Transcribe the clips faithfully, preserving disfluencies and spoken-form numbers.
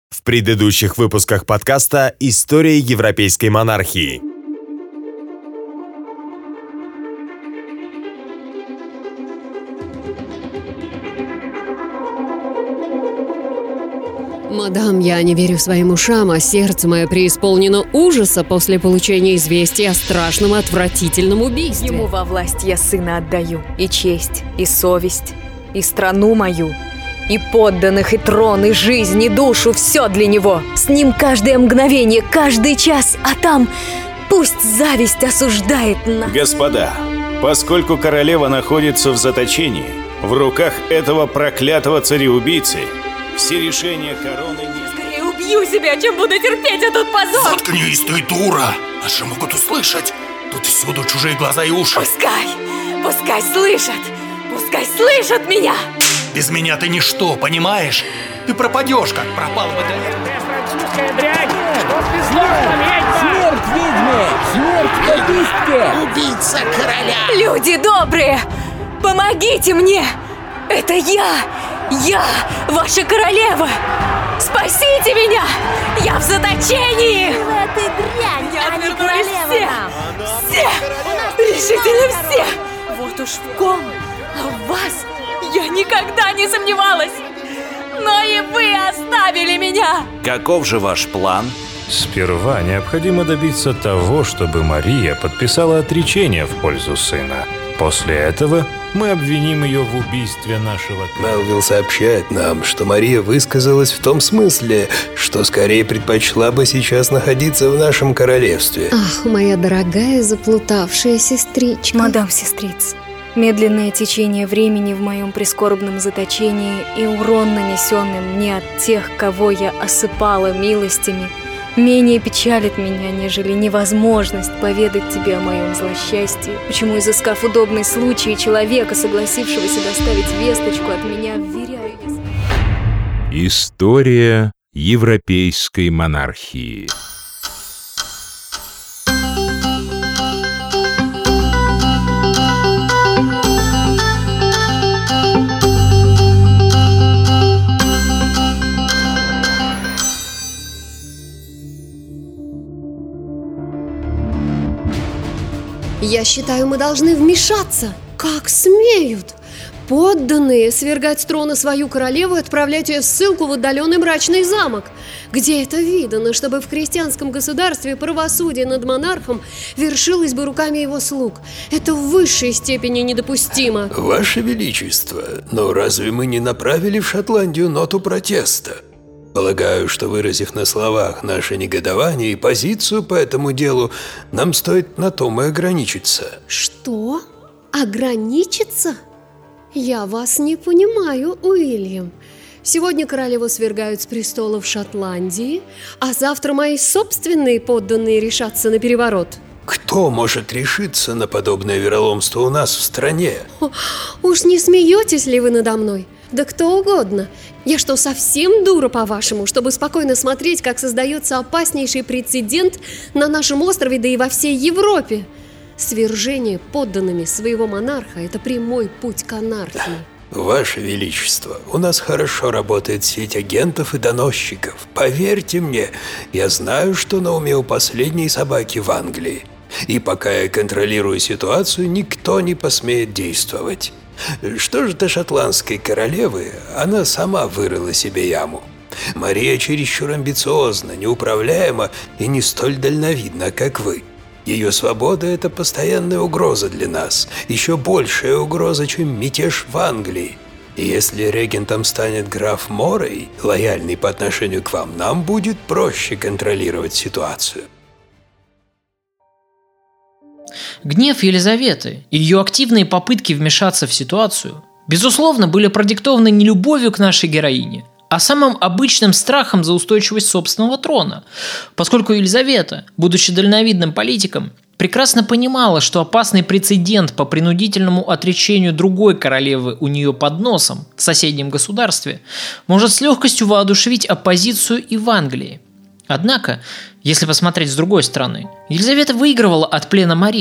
В предыдущих выпусках подкаста «История европейской монархии». «Мадам, я не верю своим ушам, а сердце мое преисполнено ужаса после получения известия о страшном и отвратительном убийстве. Ему во власть я сына отдаю, и честь, и совесть, и страну мою, и подданных, и трон, и жизнь, и душу, все для него. С ним каждое мгновение, каждый час, а там пусть зависть осуждает нас». Господа, поскольку королева находится в заточении, в руках этого проклятого цареубийцы, все решения короны не... Скорее убью себя, чем буду терпеть этот позор! Заткнись, ты дура! Нас же могут услышать! Тут всюду чужие глаза и уши! Пускай! Пускай слышат! Пускай слышат меня! Без меня ты ничто, понимаешь? Ты пропадешь, как пропал бы Французская дрянь! Чтоб ты сдохла, ведьма! Смерть ведьме! Смерть каписте! убийца короля! Люди добрые! Помогите мне! Это я! Я, ваша королева! Спасите меня! Я в заточении! Ты дрянь, Я а не вернулись королева все! нам. Все! Решительно все! Вот уж в ком, а в вас я никогда не сомневалась! Но и вы оставили меня! Каков же ваш план? Сперва необходимо добиться того, чтобы Мария подписала отречение в пользу сына. После этого мы обвиним ее в убийстве нашего... Мелвилл сообщает нам, что Мария высказалась в том смысле, что скорее предпочла бы сейчас находиться в нашем королевстве. Ах, моя дорогая заплутавшая сестричка. Мадам сестриц, медленное течение времени в моем прискорбном заточении и урон, нанесенный мне от тех, кого я осыпала милостями, менее печалит меня, нежели невозможность поведать тебе о моем злосчастье, почему, изыскав удобный случай человека, согласившегося доставить весточку от меня, вверяю я... История европейской монархии. Я считаю, мы должны вмешаться. Как смеют подданные свергать с трона свою королеву и отправлять ее в ссылку в отдаленный мрачный замок? Где это видано, чтобы в христианском государстве правосудие над монархом вершилось бы руками его слуг? Это в высшей степени недопустимо. Ваше Величество, но разве мы не направили в Шотландию ноту протеста? Полагаю, что, выразив на словах наше негодование и позицию по этому делу, нам стоит на том и ограничиться. Что? Ограничиться? Я вас не понимаю, Уильям. Сегодня королеву свергают с престола в Шотландии, а завтра мои собственные подданные решатся на переворот. Кто может решиться на подобное вероломство у нас в стране? О, уж не смеетесь ли вы надо мной? Да кто угодно. Я что, совсем дура, по-вашему, чтобы спокойно смотреть, как создается опаснейший прецедент на нашем острове, да и во всей Европе? Свержение подданными своего монарха – это прямой путь к анархии. Ваше Величество, у нас хорошо работает сеть агентов и доносчиков. Поверьте мне, я знаю, что на уме у последней собаки в Англии. И пока я контролирую ситуацию, никто не посмеет действовать. Что же до шотландской королевы, она сама вырыла себе яму. Мария чересчур амбициозна, неуправляема и не столь дальновидна, как вы. Ее свобода – это постоянная угроза для нас, еще большая угроза, чем мятеж в Англии. И если регентом станет граф Морей, лояльный по отношению к вам, нам будет проще контролировать ситуацию. Гнев Елизаветы и ее активные попытки вмешаться в ситуацию, безусловно, были продиктованы не любовью к нашей героине, а самым обычным страхом за устойчивость собственного трона, поскольку Елизавета, будучи дальновидным политиком, прекрасно понимала, что опасный прецедент по принудительному отречению другой королевы у нее под носом в соседнем государстве может с легкостью воодушевить оппозицию и в Англии. Однако, если посмотреть с другой стороны, Елизавета выигрывала от плена Марии,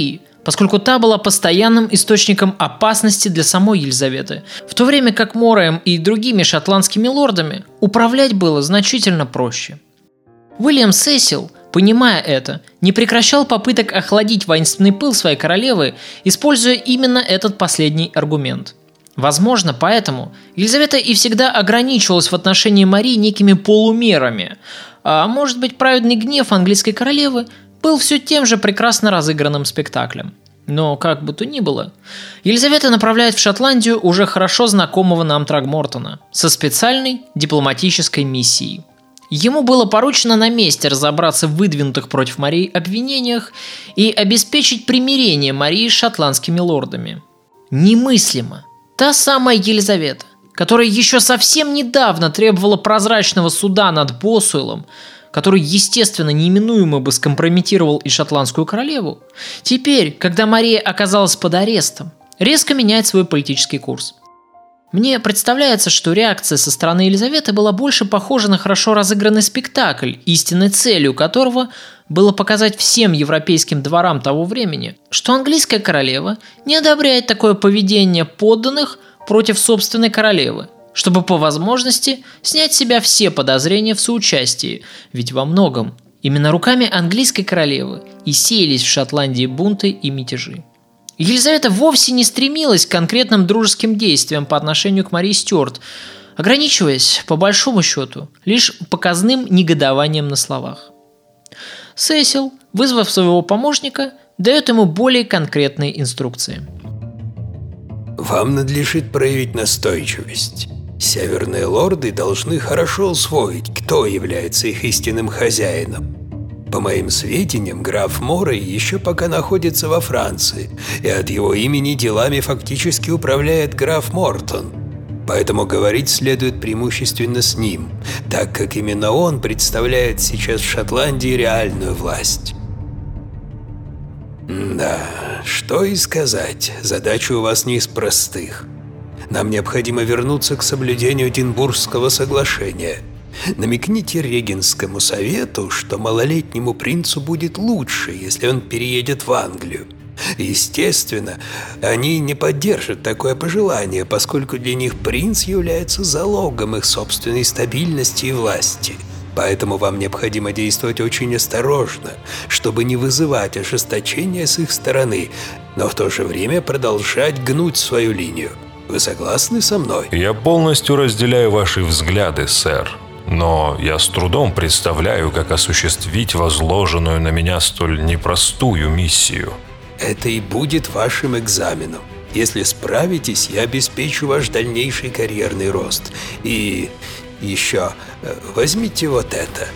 поскольку та была постоянным источником опасности для самой Елизаветы, в то время как Мораем и другими шотландскими лордами управлять было значительно проще. Уильям Сесил, понимая это, не прекращал попыток охладить воинственный пыл своей королевы, используя именно этот последний аргумент. Возможно, поэтому Елизавета и всегда ограничивалась в отношении Марии некими полумерами, а может быть, праведный гнев английской королевы был все тем же прекрасно разыгранным спектаклем. Но как бы то ни было, Елизавета направляет в Шотландию уже хорошо знакомого нам Трагмортона со специальной дипломатической миссией. Ему было поручено на месте разобраться в выдвинутых против Марии обвинениях и обеспечить примирение Марии с шотландскими лордами. Немыслимо! Та самая Елизавета, которая еще совсем недавно требовала прозрачного суда над Босуэлом, который, естественно, неименуемо бы скомпрометировал и шотландскую королеву, теперь, когда Мария оказалась под арестом, резко меняет свой политический курс. Мне представляется, что реакция со стороны Елизаветы была больше похожа на хорошо разыгранный спектакль, истинной целью которого было показать всем европейским дворам того времени, что английская королева не одобряет такое поведение подданных против собственной королевы, чтобы по возможности снять с себя все подозрения в соучастии, ведь во многом именно руками английской королевы и сеялись в Шотландии бунты и мятежи. Елизавета вовсе не стремилась к конкретным дружеским действиям по отношению к Марии Стюарт, ограничиваясь, по большому счету, лишь показным негодованием на словах. Сесил, вызвав своего помощника, дает ему более конкретные инструкции. Вам надлежит проявить настойчивость. Северные лорды должны хорошо усвоить, кто является их истинным хозяином. По моим сведениям, граф Морей еще пока находится во Франции, и от его имени делами фактически управляет граф Мортон. Поэтому говорить следует преимущественно с ним, так как именно он представляет сейчас в Шотландии реальную власть. Да, что и сказать, задача у вас не из простых. Нам необходимо вернуться к соблюдению Эдинбургского соглашения. Намекните Регенскому совету, что малолетнему принцу будет лучше, если он переедет в Англию. Естественно, они не поддержат такое пожелание, поскольку для них принц является залогом их собственной стабильности и власти. Поэтому вам необходимо действовать очень осторожно, чтобы не вызывать ожесточения с их стороны, но в то же время продолжать гнуть свою линию. Вы согласны со мной? Я полностью разделяю ваши взгляды, сэр. Но я с трудом представляю, как осуществить возложенную на меня столь непростую миссию. Это и будет вашим экзаменом. Если справитесь, я обеспечу ваш дальнейший карьерный рост. И еще возьмите вот это.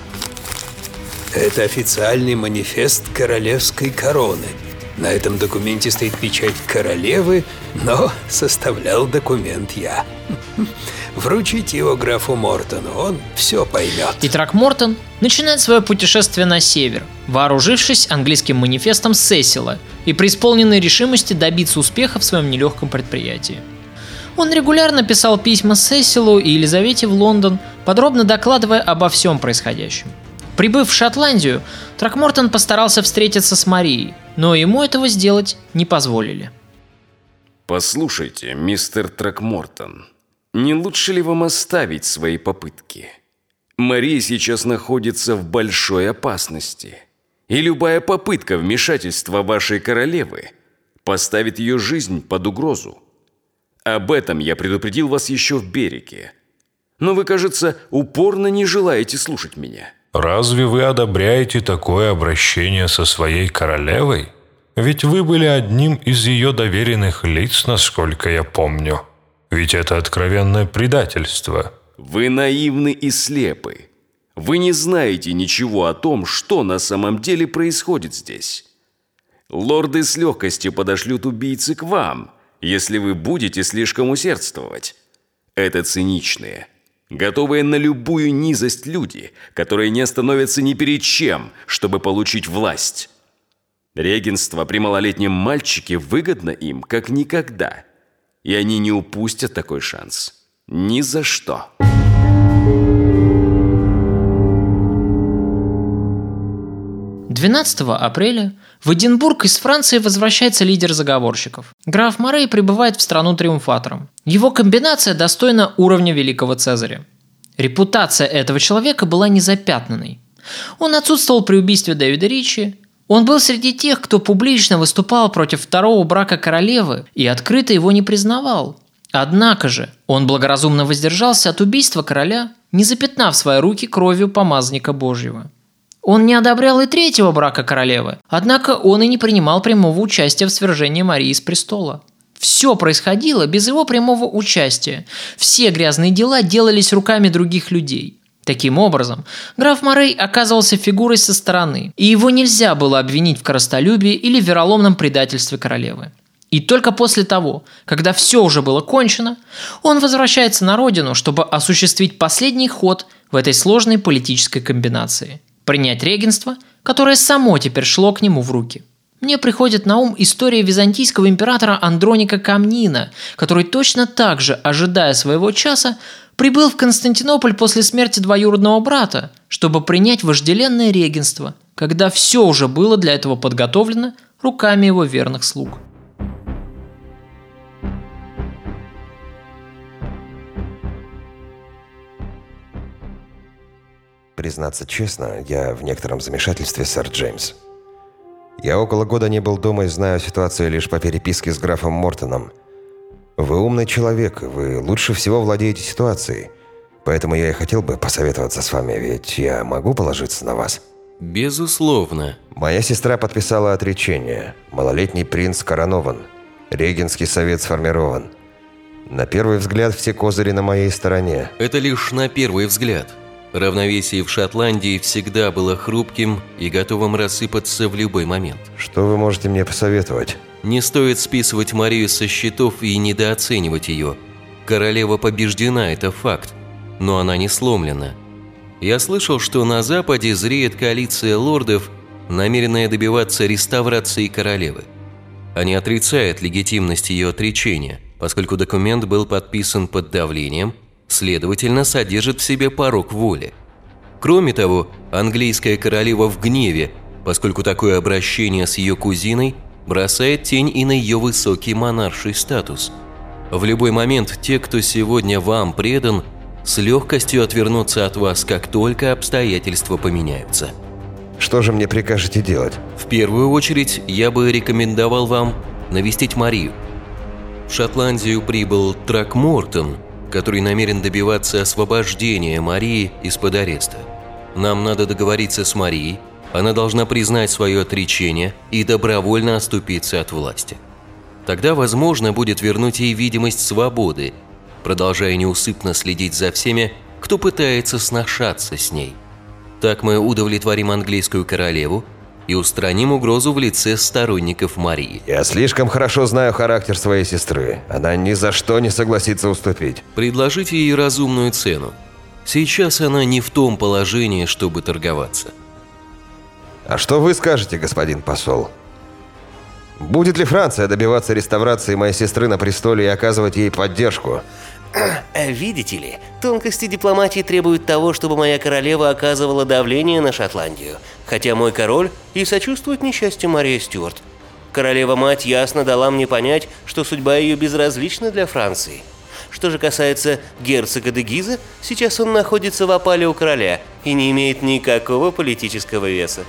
Это официальный манифест королевской короны. На этом документе стоит печать королевы, но составлял документ я. Вручите его графу Мортону, он все поймет. И Трагмортон начинает свое путешествие на север, вооружившись английским манифестом Сесила и преисполненной решимости добиться успеха в своем нелегком предприятии. Он регулярно писал письма Сесилу и Елизавете в Лондон, подробно докладывая обо всем происходящем. Прибыв в Шотландию, Трагмортон постарался встретиться с Марией, но ему этого сделать не позволили. Послушайте, мистер Трагмортон, не лучше ли вам оставить свои попытки? Мария сейчас находится в большой опасности, и любая попытка вмешательства вашей королевы поставит ее жизнь под угрозу. Об этом я предупредил вас еще в Берике, но вы, кажется, упорно не желаете слушать меня. Разве вы одобряете такое обращение со своей королевой? Ведь вы были одним из ее доверенных лиц, насколько я помню. Ведь это откровенное предательство. Вы наивны и слепы. Вы не знаете ничего о том, что на самом деле происходит здесь. Лорды с легкостью подошлют убийцы к вам, если вы будете слишком усердствовать. Это циничные, готовые на любую низость люди, которые не остановятся ни перед чем, чтобы получить власть. Регенство при малолетнем мальчике выгодно им, как никогда. И они не упустят такой шанс. Ни за что. двенадцатого апреля в Эдинбург из Франции возвращается лидер заговорщиков. Граф Морей прибывает в страну триумфатором. Его комбинация достойна уровня великого Цезаря. Репутация этого человека была незапятнанной. Он отсутствовал при убийстве Дэвида Ричи. Он был среди тех, кто публично выступал против второго брака королевы и открыто его не признавал. Однако же он благоразумно воздержался от убийства короля, не запятнав свои руки кровью помазника Божьего. Он не одобрял и третьего брака королевы, однако он и не принимал прямого участия в свержении Марии с престола. Все происходило без его прямого участия. Все грязные дела делались руками других людей. Таким образом, граф Морей оказывался фигурой со стороны, и его нельзя было обвинить в корыстолюбии или вероломном предательстве королевы. И только после того, когда все уже было кончено, он возвращается на родину, чтобы осуществить последний ход в этой сложной политической комбинации – принять регенство, которое само теперь шло к нему в руки. Мне приходит на ум история византийского императора Андроника Камнина, который точно так же, ожидая своего часа, прибыл в Константинополь после смерти двоюродного брата, чтобы принять вожделенное регенство, когда все уже было для этого подготовлено руками его верных слуг. Признаться честно, я в некотором замешательстве, сэр Джеймс. Я около года не был дома и знаю ситуацию лишь по переписке с графом Мортоном. Вы умный человек, вы лучше всего владеете ситуацией. Поэтому я и хотел бы посоветоваться с вами, ведь я могу положиться на вас. Безусловно. Моя сестра подписала отречение. Малолетний принц коронован. Регенский совет сформирован. На первый взгляд все козыри на моей стороне. Это лишь на первый взгляд. Равновесие в Шотландии всегда было хрупким и готовым рассыпаться в любой момент. Что вы можете мне посоветовать? Не стоит списывать Марию со счетов и недооценивать ее. Королева побеждена, это факт, но она не сломлена. Я слышал, что на Западе зреет коалиция лордов, намеренная добиваться реставрации королевы. Они отрицают легитимность ее отречения, поскольку документ был подписан под давлением, следовательно, содержит в себе порок воли. Кроме того, английская королева в гневе, поскольку такое обращение с ее кузиной бросает тень и на ее высокий монарший статус. В любой момент те, кто сегодня вам предан, с легкостью отвернутся от вас, как только обстоятельства поменяются. Что же мне прикажете делать? В первую очередь, я бы рекомендовал вам навестить Марию. В Шотландию прибыл Тракмортон, который намерен добиваться освобождения Марии из-под ареста. Нам надо договориться с Марией, она должна признать свое отречение и добровольно отступиться от власти. Тогда возможно будет вернуть ей видимость свободы, продолжая неусыпно следить за всеми, кто пытается сношаться с ней. Так мы удовлетворим английскую королеву и устраним угрозу в лице сторонников Марии. Я слишком хорошо знаю характер своей сестры. Она ни за что не согласится уступить. Предложите ей разумную цену. Сейчас она не в том положении, чтобы торговаться. А что вы скажете, господин посол? Будет ли Франция добиваться реставрации моей сестры на престоле и оказывать ей поддержку? Видите ли, тонкости дипломатии требуют того, чтобы моя королева оказывала давление на Шотландию, хотя мой король и сочувствует несчастью Марии Стюарт. Королева-мать ясно дала мне понять, что судьба ее безразлична для Франции. Что же касается герцога де Гиза, сейчас он находится в опале у короля и не имеет никакого политического веса.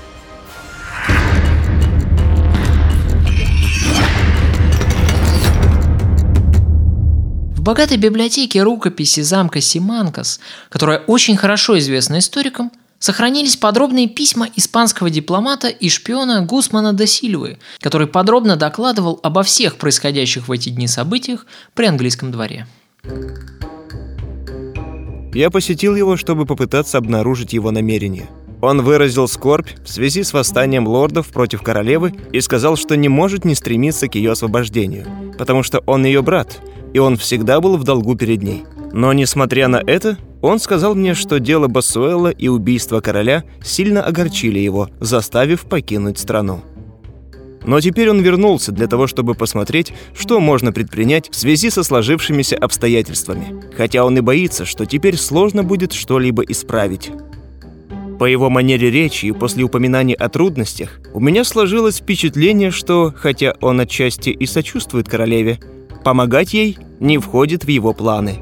В богатой библиотеке рукописи замка Симанкас, которая очень хорошо известна историкам, сохранились подробные письма испанского дипломата и шпиона Гусмана де Сильвы, который подробно докладывал обо всех происходящих в эти дни событиях при английском дворе. Я посетил его, чтобы попытаться обнаружить его намерения. Он выразил скорбь в связи с восстанием лордов против королевы и сказал, что не может не стремиться к ее освобождению, потому что он ее брат, и он всегда был в долгу перед ней. Но, несмотря на это, он сказал мне, что дело Боссуэлла и убийство короля сильно огорчили его, заставив покинуть страну. Но теперь он вернулся для того, чтобы посмотреть, что можно предпринять в связи со сложившимися обстоятельствами, хотя он и боится, что теперь сложно будет что-либо исправить. По его манере речи и после упоминаний о трудностях у меня сложилось впечатление, что, хотя он отчасти и сочувствует королеве, помогать ей не входит в его планы.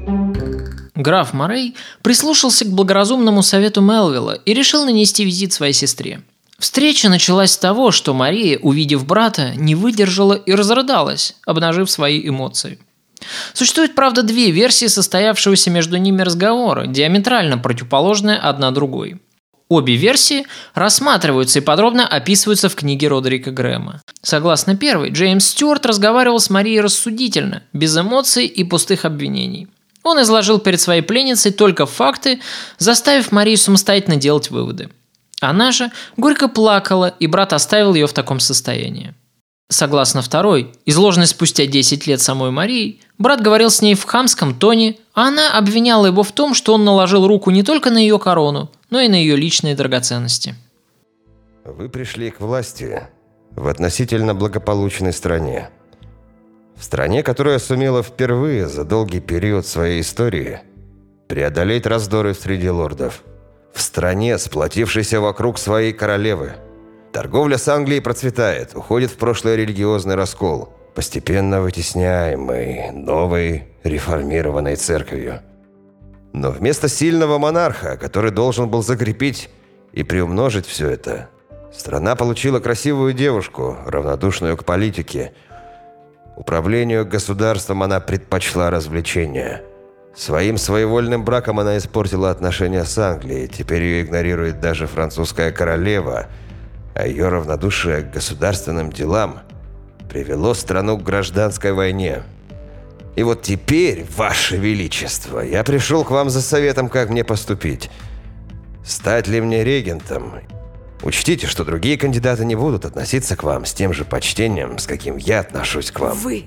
Граф Морей прислушался к благоразумному совету Мелвилла и решил нанести визит своей сестре. Встреча началась с того, что Мария, увидев брата, не выдержала и разрыдалась, обнажив свои эмоции. Существует, правда, две версии состоявшегося между ними разговора, диаметрально противоположные одна другой. Обе версии рассматриваются и подробно описываются в книге Родерика Грэма. Согласно первой, Джеймс Стюарт разговаривал с Марией рассудительно, без эмоций и пустых обвинений. Он изложил перед своей пленницей только факты, заставив Марию самостоятельно делать выводы. Она же горько плакала, и брат оставил ее в таком состоянии. Согласно второй, изложенной спустя десять лет самой Марией, брат говорил с ней в хамском тоне, а она обвиняла его в том, что он наложил руку не только на ее корону, но и на ее личные драгоценности. Вы пришли к власти в относительно благополучной стране. В стране, которая сумела впервые за долгий период своей истории преодолеть раздоры среди лордов. В стране, сплотившейся вокруг своей королевы. Торговля с Англией процветает, уходит в прошлое религиозный раскол, постепенно вытесняемый новой реформированной церковью. Но вместо сильного монарха, который должен был закрепить и приумножить все это, страна получила красивую девушку, равнодушную к политике. Управлению государством она предпочла развлечения. Своим своевольным браком она испортила отношения с Англией, теперь ее игнорирует даже французская королева, а ее равнодушие к государственным делам привело страну к гражданской войне. И вот теперь, Ваше Величество, я пришел к вам за советом, как мне поступить. Стать ли мне регентом? Учтите, что другие кандидаты не будут относиться к вам с тем же почтением, с каким я отношусь к вам. Вы,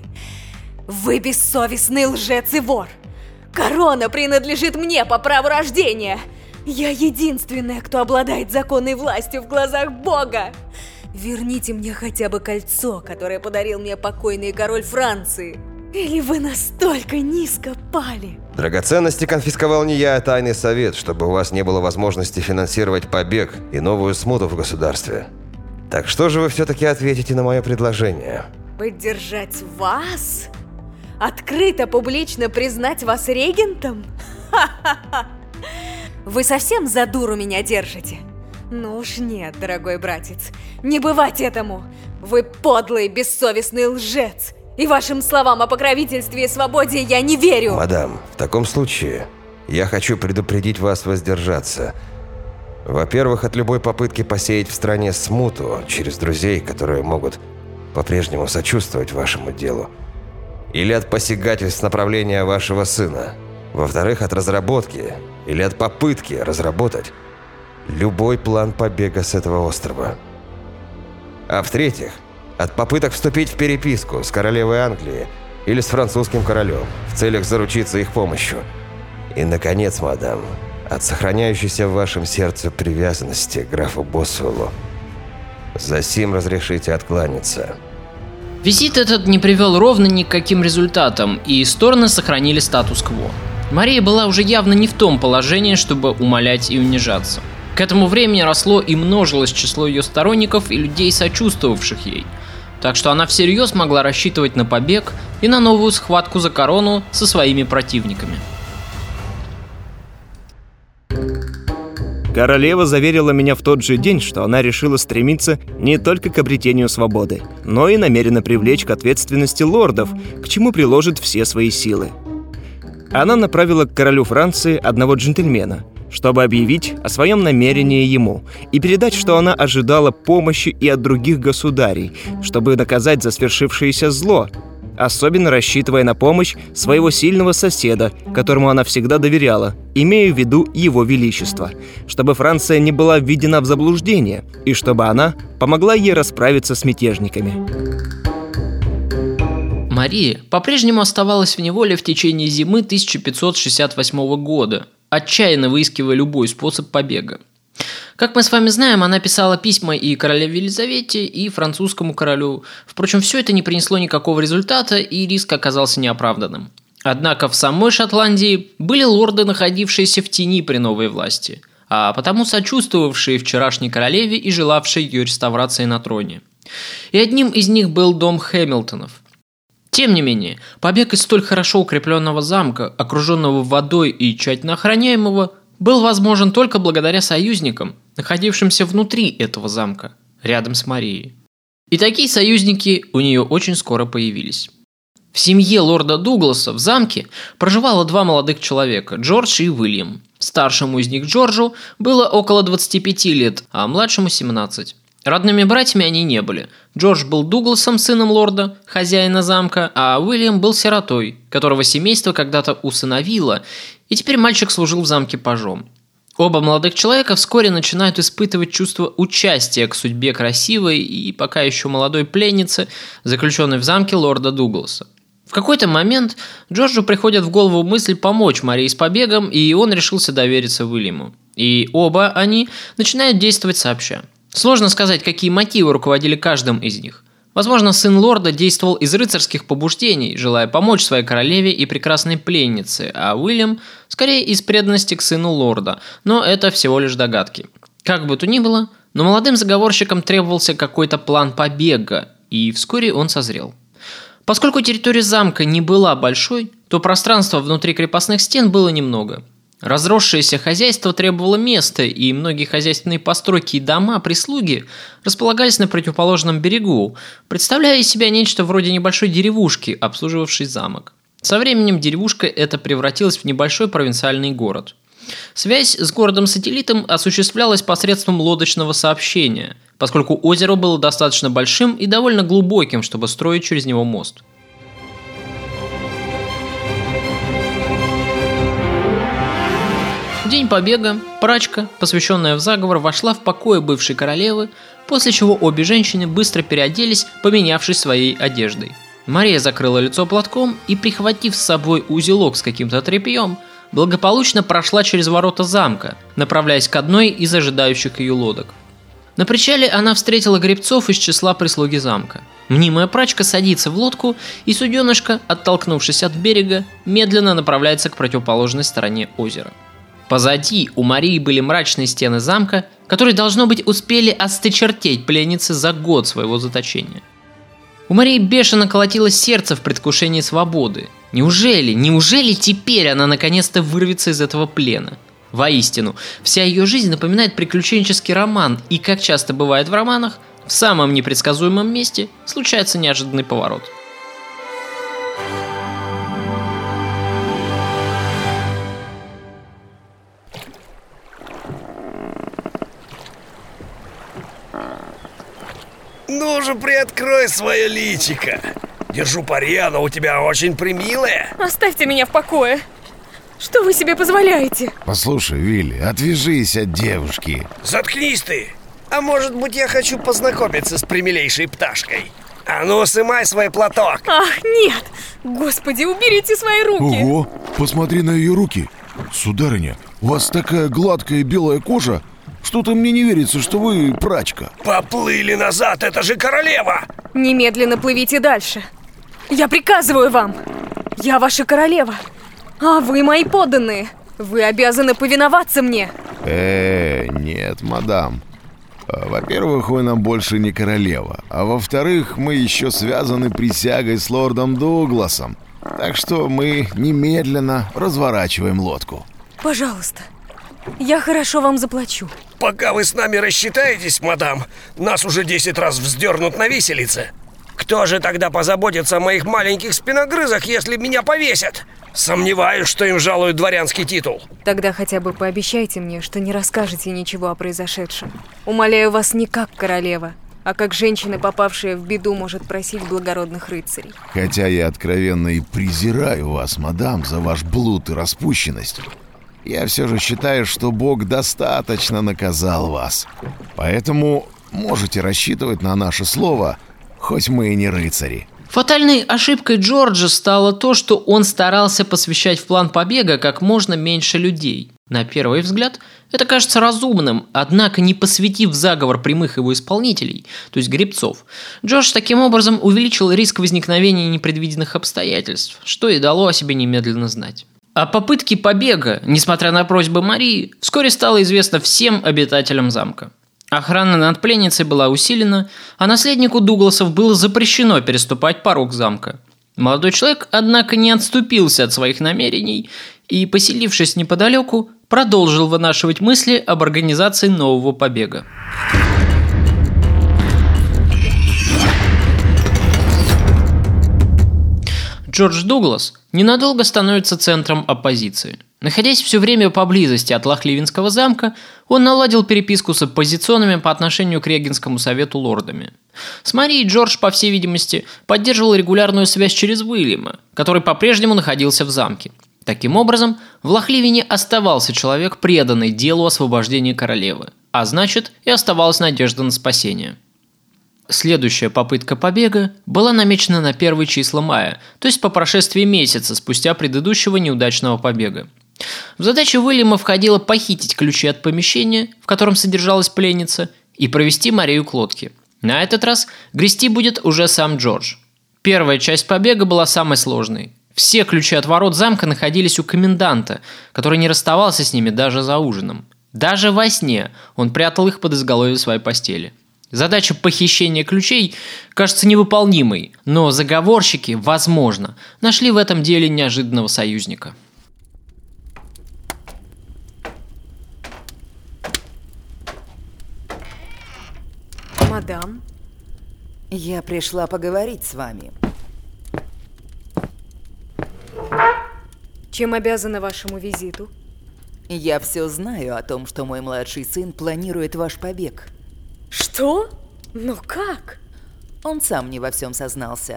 вы бессовестный лжец и вор. Корона принадлежит мне по праву рождения. Я единственная, кто обладает законной властью в глазах Бога. Верните мне хотя бы кольцо, которое подарил мне покойный король Франции. Или вы настолько низко пали? Драгоценности конфисковал не я, а тайный совет, чтобы у вас не было возможности финансировать побег и новую смуту в государстве. Так что же вы все-таки ответите на мое предложение? Поддержать вас? Открыто, публично признать вас регентом? Ха-ха-ха! Вы совсем за дуру меня держите? Ну уж нет, дорогой братец, не бывать этому. Вы подлый, бессовестный лжец. И вашим словам о покровительстве и свободе я не верю. Мадам, в таком случае я хочу предупредить вас воздержаться. Во-первых, от любой попытки посеять в стране смуту через друзей, которые могут по-прежнему сочувствовать вашему делу. Или от посягательств направления вашего сына. Во-вторых, от разработки или от попытки разработать любой план побега с этого острова. А в-третьих, от попыток вступить в переписку с королевой Англии или с французским королем в целях заручиться их помощью. И, наконец, мадам, от сохраняющейся в вашем сердце привязанности к графу Босвеллу. Засим разрешите откланяться. Визит этот не привел ровно ни к каким результатам, и стороны сохранили статус-кво. Мария была уже явно не в том положении, чтобы умолять и унижаться. К этому времени росло и множилось число ее сторонников и людей, сочувствовавших ей. Так что она всерьез могла рассчитывать на побег и на новую схватку за корону со своими противниками. Королева заверила меня в тот же день, что она решила стремиться не только к обретению свободы, но и намерена привлечь к ответственности лордов, к чему приложит все свои силы. Она направила к королю Франции одного джентльмена, чтобы объявить о своем намерении ему и передать, что она ожидала помощи и от других государей, чтобы наказать за свершившееся зло, особенно рассчитывая на помощь своего сильного соседа, которому она всегда доверяла, имея в виду его величество, чтобы Франция не была введена в заблуждение и чтобы она помогла ей расправиться с мятежниками. Мария по-прежнему оставалась в неволе в течение зимы тысяча пятьсот шестьдесят восьмого года, отчаянно выискивая любой способ побега. Как мы с вами знаем, она писала письма и королеве Елизавете, и французскому королю. Впрочем, все это не принесло никакого результата, и риск оказался неоправданным. Однако в самой Шотландии были лорды, находившиеся в тени при новой власти. а потому сочувствовавшие вчерашней королеве и желавшие ее реставрации на троне. И одним из них был дом Хэмилтонов. Тем не менее, побег из столь хорошо укрепленного замка, окруженного водой и тщательно охраняемого, был возможен только благодаря союзникам, находившимся внутри этого замка, рядом с Марией. И такие союзники у нее очень скоро появились. В семье лорда Дугласа в замке проживало два молодых человека – Джордж и Уильям. Старшему из них, Джорджу, было около двадцати пяти лет, а младшему – семнадцать. Родными братьями они не были. Джордж был Дугласом, сыном лорда, хозяина замка, а Уильям был сиротой, которого семейство когда-то усыновило, и теперь мальчик служил в замке пажом. Оба молодых человека вскоре начинают испытывать чувство участия к судьбе красивой и пока еще молодой пленницы, заключенной в замке лорда Дугласа. В какой-то момент Джорджу приходит в голову мысль помочь Марии с побегом, и он решился довериться Уильяму. И оба они начинают действовать сообща. Сложно сказать, какие мотивы руководили каждым из них. Возможно, сын лорда действовал из рыцарских побуждений, желая помочь своей королеве и прекрасной пленнице, а Уильям скорее из преданности к сыну лорда, но это всего лишь догадки. Как бы то ни было, но молодым заговорщикам требовался какой-то план побега, и вскоре он созрел. Поскольку территория замка не была большой, то пространства внутри крепостных стен было немного. Разросшееся хозяйство требовало места, и многие хозяйственные постройки и дома прислуги располагались на противоположном берегу, представляя из себя нечто вроде небольшой деревушки, обслуживавшей замок. Со временем деревушка эта превратилась в небольшой провинциальный город. Связь с городом-сателлитом осуществлялась посредством лодочного сообщения, поскольку озеро было достаточно большим и довольно глубоким, чтобы строить через него мост. В день побега прачка, посвященная в заговор, вошла в покои бывшей королевы, после чего обе женщины быстро переоделись, поменявшись своей одеждой. Мария закрыла лицо платком и, прихватив с собой узелок с каким-то тряпьем, благополучно прошла через ворота замка, направляясь к одной из ожидающих ее лодок. На причале она встретила гребцов из числа прислуги замка. Мнимая прачка садится в лодку, и суденышко, оттолкнувшись от берега, медленно направляется к противоположной стороне озера. Позади у Марии были мрачные стены замка, которые, должно быть, успели осточертеть пленницы за год своего заточения. У Марии бешено колотилось сердце в предвкушении свободы. Неужели, неужели теперь она наконец-то вырвется из этого плена? Воистину, вся ее жизнь напоминает приключенческий роман, и, как часто бывает в романах, в самом непредсказуемом месте случается неожиданный поворот. Ну же, приоткрой свое личико. Держу пари, оно у тебя очень примилое. Оставьте меня в покое. Что вы себе позволяете? Послушай, Вилли, отвяжись от девушки. Заткнись ты. А может быть, я хочу познакомиться с примилейшей пташкой. А ну, сымай свой платок. Ах, нет. Господи, уберите свои руки. Ого, посмотри на ее руки. Сударыня, у вас такая гладкая белая кожа. Что-то мне не верится, что вы прачка. Поплыли назад, это же королева. Немедленно плывите дальше. Я приказываю вам. Я ваша королева. А вы мои подданные. Вы обязаны повиноваться мне. Э, нет, мадам. Во-первых, вы нам больше не королева. А во-вторых, мы еще связаны присягой с лордом Дугласом. Так что мы немедленно разворачиваем лодку. Пожалуйста. Я хорошо вам заплачу. Пока вы с нами рассчитаетесь, мадам, нас уже десять раз вздернут на виселице. Кто же тогда позаботится о моих маленьких спиногрызах, если меня повесят? Сомневаюсь, что им жалуют дворянский титул. Тогда хотя бы пообещайте мне, что не расскажете ничего о произошедшем. Умоляю вас не как королева, а как женщина, попавшая в беду, может просить благородных рыцарей. Хотя я откровенно и презираю вас, мадам, за ваш блуд и распущенность, я все же считаю, что Бог достаточно наказал вас. Поэтому можете рассчитывать на наше слово, хоть мы и не рыцари. Фатальной ошибкой Джорджа стало то, что он старался посвящать в план побега как можно меньше людей. На первый взгляд, это кажется разумным, однако не посвятив в заговор прямых его исполнителей, то есть гребцов, Джордж таким образом увеличил риск возникновения непредвиденных обстоятельств, что и дало о себе немедленно знать. О попытке побега, несмотря на просьбы Марии, вскоре стало известно всем обитателям замка. Охрана над пленницей была усилена, а наследнику Дугласов было запрещено переступать порог замка. Молодой человек, однако, не отступился от своих намерений и, поселившись неподалеку, продолжил вынашивать мысли об организации нового побега. Джордж Дуглас ненадолго становится центром оппозиции. Находясь все время поблизости от Лохливенского замка, он наладил переписку с оппозиционными по отношению к Регенскому совету лордами. С Марией Джордж, по всей видимости, поддерживал регулярную связь через Уильяма, который по-прежнему находился в замке. Таким образом, в Лохливене оставался человек, преданный делу освобождения королевы, а значит, и оставалась надежда на спасение. Следующая попытка побега была намечена на первые числа мая, то есть по прошествии месяца спустя предыдущего неудачного побега. В задачу Уильяма входило похитить ключи от помещения, в котором содержалась пленница, и провести Марию к лодке. На этот раз грести будет уже сам Джордж. Первая часть побега была самой сложной. Все ключи от ворот замка находились у коменданта, который не расставался с ними даже за ужином. Даже во сне он прятал их под изголовье своей постели. Задача похищения ключей кажется невыполнимой, но заговорщики, возможно, нашли в этом деле неожиданного союзника. Мадам, я пришла поговорить с вами. Чем обязана вашему визиту? Я все знаю о том, что мой младший сын планирует ваш побег. Что? Ну как? Он сам не во всем сознался.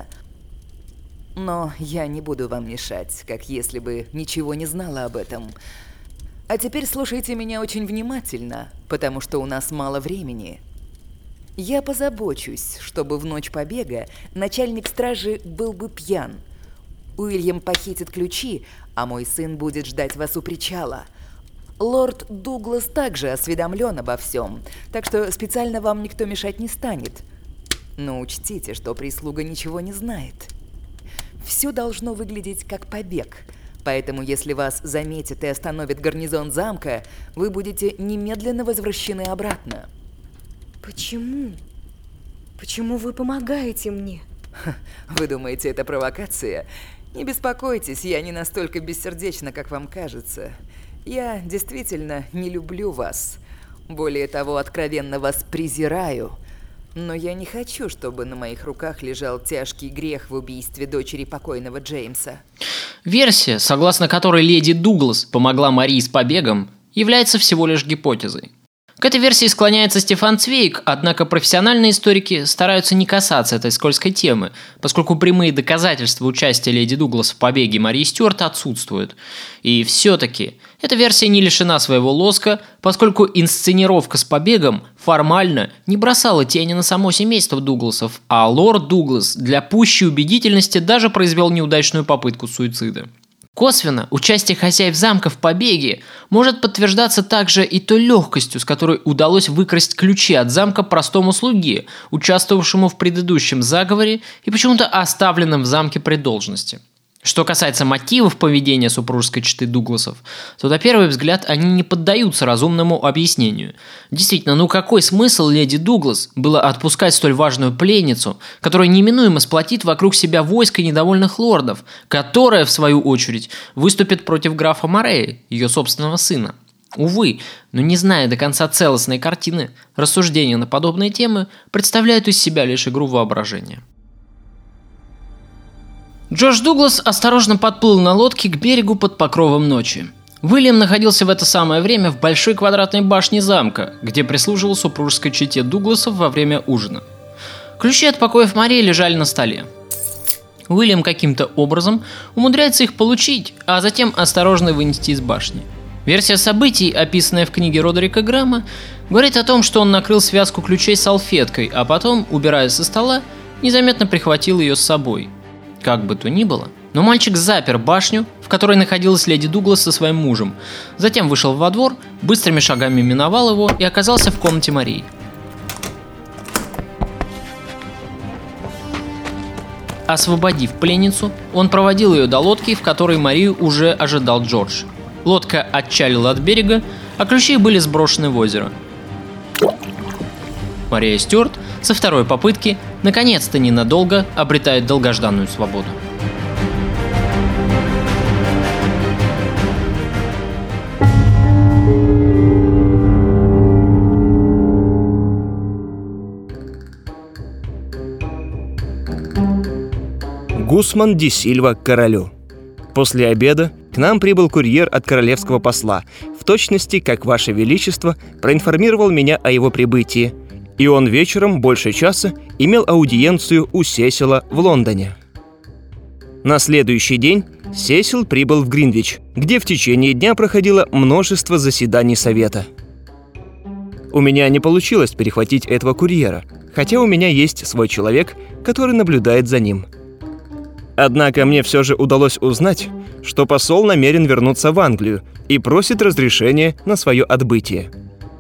Но я не буду вам мешать, как если бы ничего не знала об этом. А теперь слушайте меня очень внимательно, потому что у нас мало времени. Я позабочусь, чтобы в ночь побега начальник стражи был бы пьян. Уильям похитит ключи, а мой сын будет ждать вас у причала. Лорд Дуглас также осведомлен обо всем, так что специально вам никто мешать не станет. Но учтите, что прислуга ничего не знает. Все должно выглядеть как побег, поэтому если вас заметят и остановит гарнизон замка, вы будете немедленно возвращены обратно. Почему? Почему вы помогаете мне? Вы думаете, это провокация? Не беспокойтесь, я не настолько бессердечна, как вам кажется. Я действительно не люблю вас. Более того, откровенно вас презираю. Но я не хочу, чтобы на моих руках лежал тяжкий грех в убийстве дочери покойного Джеймса. Версия, согласно которой леди Дуглас помогла Марии с побегом, является всего лишь гипотезой. К этой версии склоняется Стефан Цвейг, однако профессиональные историки стараются не касаться этой скользкой темы, поскольку прямые доказательства участия леди Дуглас в побеге Марии Стюарт отсутствуют. И все-таки эта версия не лишена своего лоска, поскольку инсценировка с побегом формально не бросала тени на само семейство Дугласов, а лорд Дуглас для пущей убедительности даже произвел неудачную попытку суицида. Косвенно, участие хозяев замка в побеге может подтверждаться также и той легкостью, с которой удалось выкрасть ключи от замка простому слуге, участвовавшему в предыдущем заговоре и почему-то оставленном в замке при должности. Что касается мотивов поведения супружеской четы Дугласов, то на первый взгляд они не поддаются разумному объяснению. Действительно, ну какой смысл леди Дуглас было отпускать столь важную пленницу, которая неминуемо сплотит вокруг себя войско недовольных лордов, которая, в свою очередь, выступит против графа Морея, ее собственного сына? Увы, но не зная до конца целостной картины, рассуждения на подобные темы представляют из себя лишь игру воображения. Джордж Дуглас осторожно подплыл на лодке к берегу под покровом ночи. Уильям находился в это самое время в большой квадратной башне замка, где прислуживал супружеской чете Дугласов во время ужина. Ключи от покоев Марии лежали на столе. Уильям каким-то образом умудряется их получить, а затем осторожно вынести из башни. Версия событий, описанная в книге Родерика Грама, говорит о том, что он накрыл связку ключей салфеткой, а потом, убирая со стола, незаметно прихватил ее с собой. Как бы то ни было, но мальчик запер башню, в которой находилась леди Дуглас со своим мужем, затем вышел во двор, быстрыми шагами миновал его и оказался в комнате Марии. Освободив пленницу, он проводил ее до лодки, в которой Марию уже ожидал Джордж. Лодка отчалила от берега, а ключи были сброшены в озеро. Мария Стюарт со второй попытки наконец-то ненадолго обретает долгожданную свободу. Гусман ди Сильва к королю. После обеда к нам прибыл курьер от королевского посла, в точности, как Ваше Величество проинформировал меня о его прибытии, и он вечером больше часа имел аудиенцию у Сесила в Лондоне. На следующий день Сесил прибыл в Гринвич, где в течение дня проходило множество заседаний совета. У меня не получилось перехватить этого курьера, хотя у меня есть свой человек, который наблюдает за ним. Однако мне все же удалось узнать, что посол намерен вернуться в Англию и просит разрешения на свое отбытие.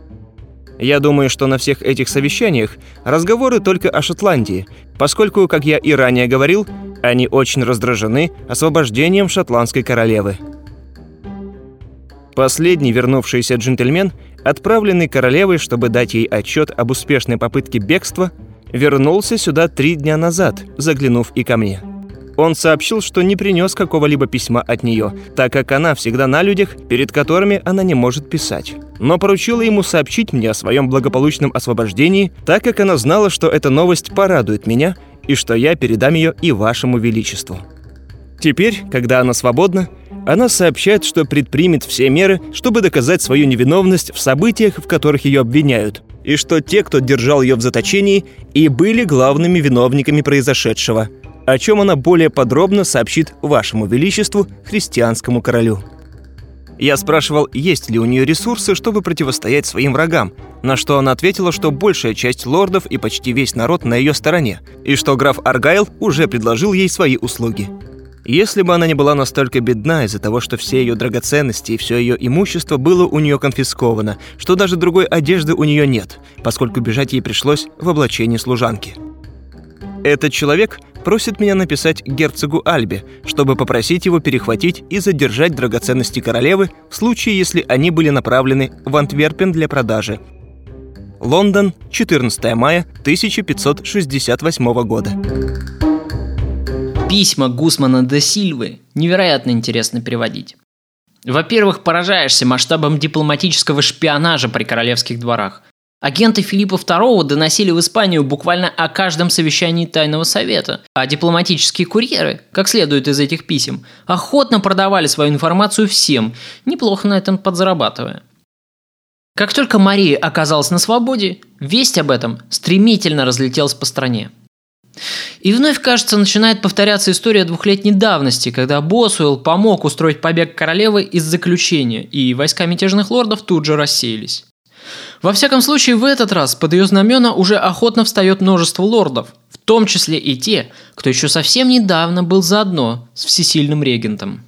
Я думаю, что на всех этих совещаниях разговоры только о Шотландии, поскольку, как я и ранее говорил, они очень раздражены освобождением шотландской королевы. Последний вернувшийся джентльмен, отправленный королевой, чтобы дать ей отчет об успешной попытке бегства, вернулся сюда три дня назад, заглянув и ко мне. Он сообщил, что не принес какого-либо письма от нее, так как она всегда на людях, перед которыми она не может писать. Но поручила ему сообщить мне о своем благополучном освобождении, так как она знала, что эта новость порадует меня и что я передам ее и Вашему Величеству. Теперь, когда она свободна, она сообщает, что предпримет все меры, чтобы доказать свою невиновность в событиях, в которых ее обвиняют, и что те, кто держал ее в заточении, и были главными виновниками произошедшего, о чем она более подробно сообщит Вашему Величеству, христианскому королю. Я спрашивал, есть ли у нее ресурсы, чтобы противостоять своим врагам, на что она ответила, что большая часть лордов и почти весь народ на ее стороне, и что граф Аргайл уже предложил ей свои услуги. Если бы она не была настолько бедна из-за того, что все ее драгоценности и все ее имущество было у нее конфисковано, что даже другой одежды у нее нет, поскольку бежать ей пришлось в облачении служанки. Этот человек просит меня написать герцогу Альбе, чтобы попросить его перехватить и задержать драгоценности королевы в случае, если они были направлены в Антверпен для продажи. Лондон, четырнадцатое мая тысяча пятьсот шестьдесят восьмого года. Письма Гусмана де Сильвы невероятно интересно переводить. Во-первых, поражаешься масштабом дипломатического шпионажа при королевских дворах. Агенты Филиппа второго доносили в Испанию буквально о каждом совещании Тайного Совета, а дипломатические курьеры, как следует из этих писем, охотно продавали свою информацию всем, неплохо на этом подзарабатывая. Как только Мария оказалась на свободе, весть об этом стремительно разлетелась по стране. И вновь, кажется, начинает повторяться история двухлетней давности, когда Босуэлл помог устроить побег королевы из заключения, и войска мятежных лордов тут же рассеялись. Во всяком случае, в этот раз под ее знамена уже охотно встает множество лордов, в том числе и те, кто еще совсем недавно был заодно с всесильным регентом.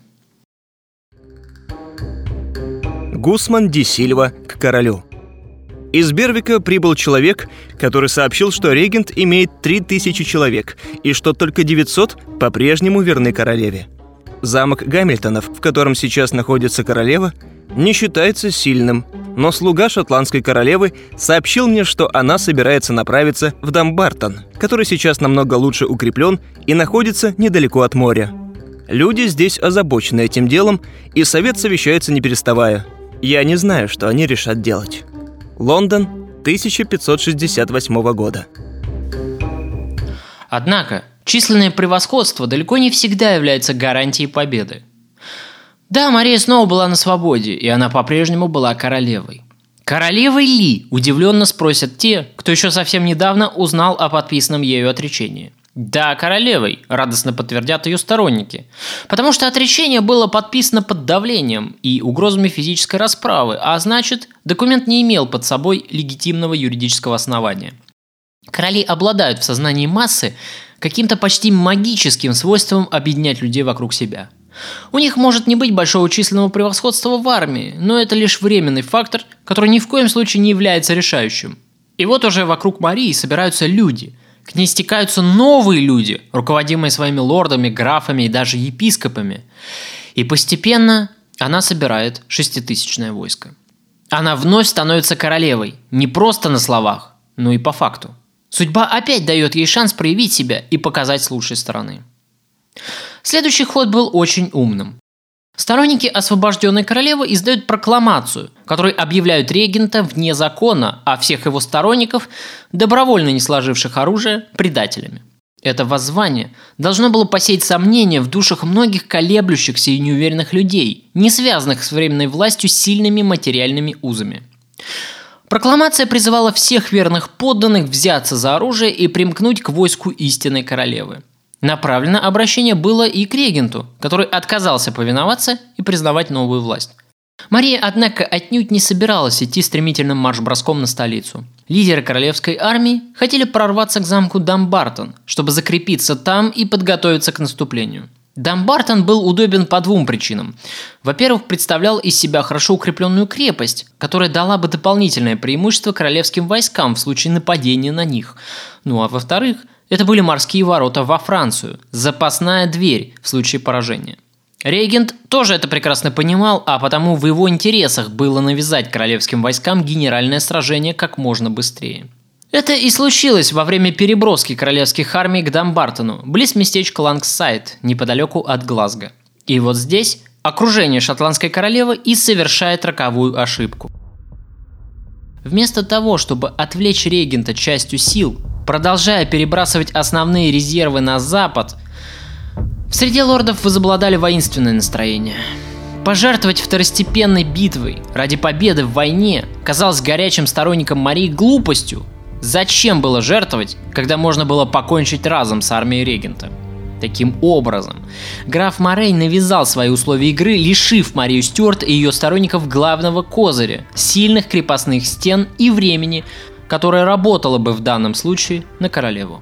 Гусман ди Сильва к королю. Из Бервика прибыл человек, который сообщил, что регент имеет три тысячи человек и что только девятьсот по-прежнему верны королеве. Замок Гамильтонов, в котором сейчас находится королева, не считается сильным, но слуга шотландской королевы сообщил мне, что она собирается направиться в Дамбартон, который сейчас намного лучше укреплен и находится недалеко от моря. Люди здесь озабочены этим делом, и совет совещается не переставая. Я не знаю, что они решат делать. Лондон, тысяча пятьсот шестьдесят восьмого года. Однако, численное превосходство далеко не всегда является гарантией победы. Да, Мария снова была на свободе, и она по-прежнему была королевой. Королевой ли, удивленно спросят те, кто еще совсем недавно узнал о подписанном ею отречении. Да, королевой, радостно подтвердят ее сторонники, потому что отречение было подписано под давлением и угрозами физической расправы, а значит, документ не имел под собой легитимного юридического основания. Короли обладают в сознании массы каким-то почти магическим свойством объединять людей вокруг себя. У них может не быть большого численного превосходства в армии, но это лишь временный фактор, который ни в коем случае не является решающим. И вот уже вокруг Марии собираются люди, К ней стекаются новые люди, руководимые своими лордами, графами и даже епископами. И постепенно она собирает шеститысячное войско. Она вновь становится королевой, не просто на словах, но и по факту. Судьба опять дает ей шанс проявить себя и показать с лучшей стороны. Следующий ход был очень умным. Сторонники освобожденной королевы издают прокламацию, которой объявляют регента вне закона, а всех его сторонников, добровольно не сложивших оружие, предателями. Это воззвание должно было посеять сомнения в душах многих колеблющихся и неуверенных людей, не связанных с временной властью сильными материальными узами. Прокламация призывала всех верных подданных взяться за оружие и примкнуть к войску истинной королевы. Направлено обращение было и к регенту, который отказался повиноваться и признавать новую власть. Мария, однако, отнюдь не собиралась идти стремительным марш-броском на столицу. Лидеры королевской армии хотели прорваться к замку Дамбартон, чтобы закрепиться там и подготовиться к наступлению. Дамбартон был удобен по двум причинам. Во-первых, представлял из себя хорошо укрепленную крепость, которая дала бы дополнительное преимущество королевским войскам в случае нападения на них. Ну а во-вторых, это были морские ворота во Францию, запасная дверь в случае поражения. Регент тоже это прекрасно понимал, а потому в его интересах было навязать королевским войскам генеральное сражение как можно быстрее. Это и случилось во время переброски королевских армий к Дамбартону, близ местечка Лангсайд, неподалеку от Глазго. И вот здесь окружение шотландской королевы и совершает роковую ошибку. Вместо того, чтобы отвлечь регента частью сил, продолжая перебрасывать основные резервы на запад, в среде лордов возобладали воинственные настроения. Пожертвовать второстепенной битвой ради победы в войне казалось горячим сторонникам Марии глупостью. Зачем было жертвовать, когда можно было покончить разом с армией регента? Таким образом, граф Морей навязал свои условия игры, лишив Марию Стюарт и ее сторонников главного козыря – сильных крепостных стен и времени, которое работало бы в данном случае на королеву.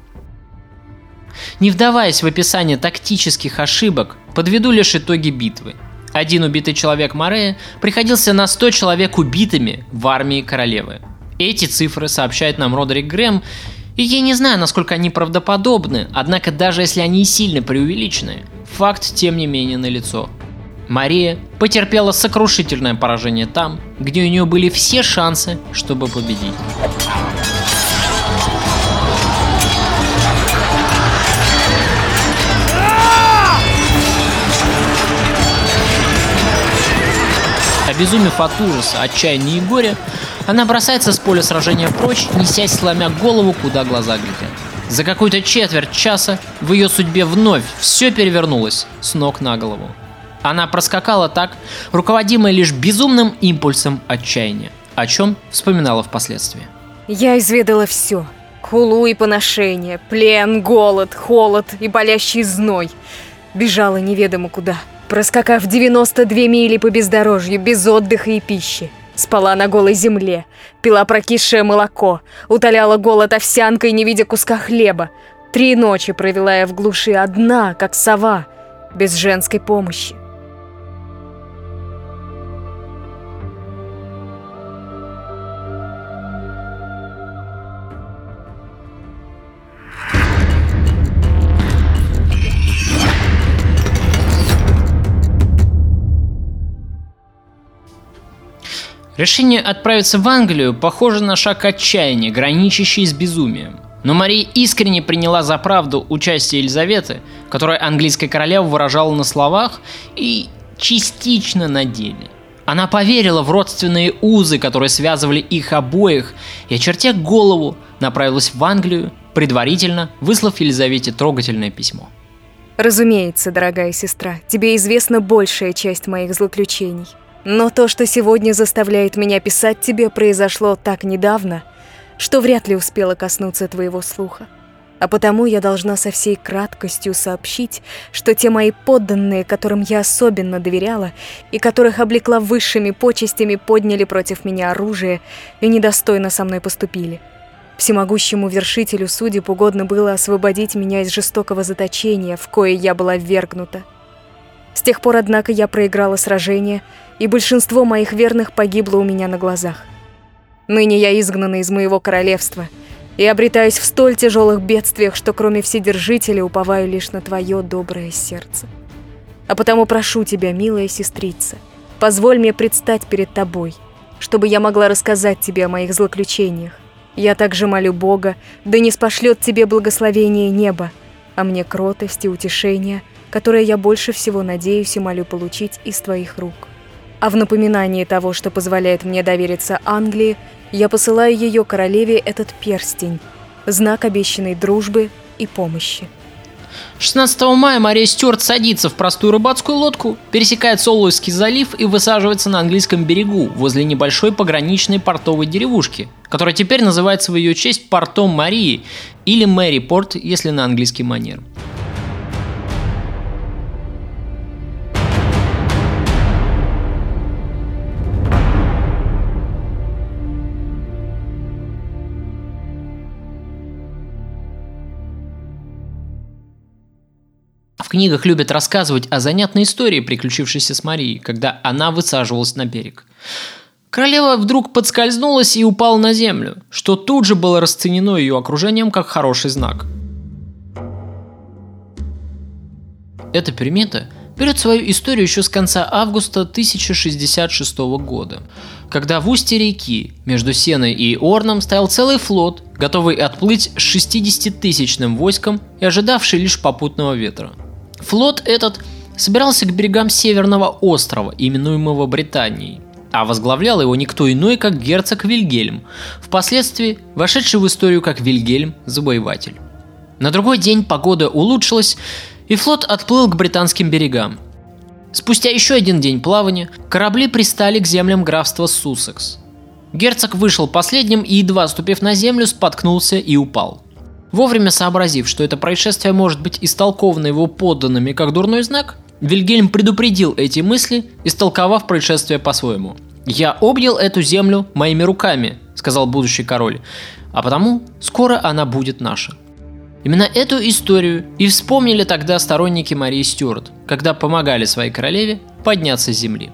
Не вдаваясь в описание тактических ошибок, подведу лишь итоги битвы. Один убитый человек Морея приходился на сто человек убитыми в армии королевы. Эти цифры сообщает нам Родерик Грэм, и я не знаю, насколько они правдоподобны, однако даже если они и сильно преувеличены, факт тем не менее налицо. Мария потерпела сокрушительное поражение там, где у нее были все шансы, чтобы победить. Обезумев от ужаса, отчаяния и горя, она бросается с поля сражения прочь, несясь, сломя голову, куда глаза глядят. За какую-то четверть часа в ее судьбе вновь все перевернулось с ног на голову. Она проскакала так, руководимая лишь безумным импульсом отчаяния, о чем вспоминала впоследствии. Я изведала все. Хулу и поношение, плен, голод, холод и болящий зной. Бежала неведомо куда. Проскакав девяносто две мили по бездорожью, без отдыха и пищи. Спала на голой земле, пила прокисшее молоко, утоляла голод овсянкой, не видя куска хлеба. Три ночи провела я в глуши одна, как сова, без женской помощи. Решение отправиться в Англию похоже на шаг отчаяния, граничащий с безумием. Но Мария искренне приняла за правду участие Елизаветы, которое английская королева выражала на словах и частично на деле. Она поверила в родственные узы, которые связывали их обоих, и, очертя голову, направилась в Англию, предварительно выслав Елизавете трогательное письмо. Разумеется, дорогая сестра, тебе известна большая часть моих злоключений. Но то, что сегодня заставляет меня писать тебе, произошло так недавно, что вряд ли успело коснуться твоего слуха. А потому я должна со всей краткостью сообщить, что те мои подданные, которым я особенно доверяла и которых облекла высшими почестями, подняли против меня оружие и недостойно со мной поступили. Всемогущему вершителю судеб угодно было освободить меня из жестокого заточения, в кое я была ввергнута. С тех пор, однако, я проиграла сражение, и большинство моих верных погибло у меня на глазах. Ныне я изгнана из моего королевства, и обретаюсь в столь тяжелых бедствиях, что кроме Вседержителя уповаю лишь на твое доброе сердце. А потому прошу тебя, милая сестрица, позволь мне предстать перед тобой, чтобы я могла рассказать тебе о моих злоключениях. Я также молю Бога, да не спошлет тебе благословение неба, а мне кротость и утешение, которое я больше всего надеюсь и молю получить из твоих рук. А в напоминание того, что позволяет мне довериться Англии, я посылаю ее королеве этот перстень, знак обещанной дружбы и помощи. шестнадцатого мая Мария Стюарт садится в простую рыбацкую лодку, пересекает Солуэйский залив и высаживается на английском берегу возле небольшой пограничной портовой деревушки, которая теперь называется в ее честь Портом Марии или Мэри-Порт, если на английский манер. В книгах любят рассказывать о занятной истории, приключившейся с Марией, когда она высаживалась на берег. Королева вдруг подскользнулась и упала на землю, что тут же было расценено ее окружением как хороший знак. Эта примета берет свою историю еще с конца августа тысяча шестьдесят шестого года, когда в устье реки между Сеной и Орном стоял целый флот, готовый отплыть с шестидесятитысячным войском и ожидавший лишь попутного ветра. Флот этот собирался к берегам Северного острова, именуемого Британией, а возглавлял его никто иной, как герцог Вильгельм, впоследствии вошедший в историю как Вильгельм Завоеватель. На другой день погода улучшилась, и флот отплыл к британским берегам. Спустя еще один день плавания корабли пристали к землям графства Суссекс. Герцог вышел последним и, едва ступив на землю, споткнулся и упал. Вовремя сообразив, что это происшествие может быть истолковано его подданными как дурной знак, Вильгельм предупредил эти мысли, истолковав происшествие по-своему. «Я обнял эту землю моими руками», — сказал будущий король, «а потому скоро она будет наша». Именно эту историю и вспомнили тогда сторонники Марии Стюарт, когда помогали своей королеве подняться с земли.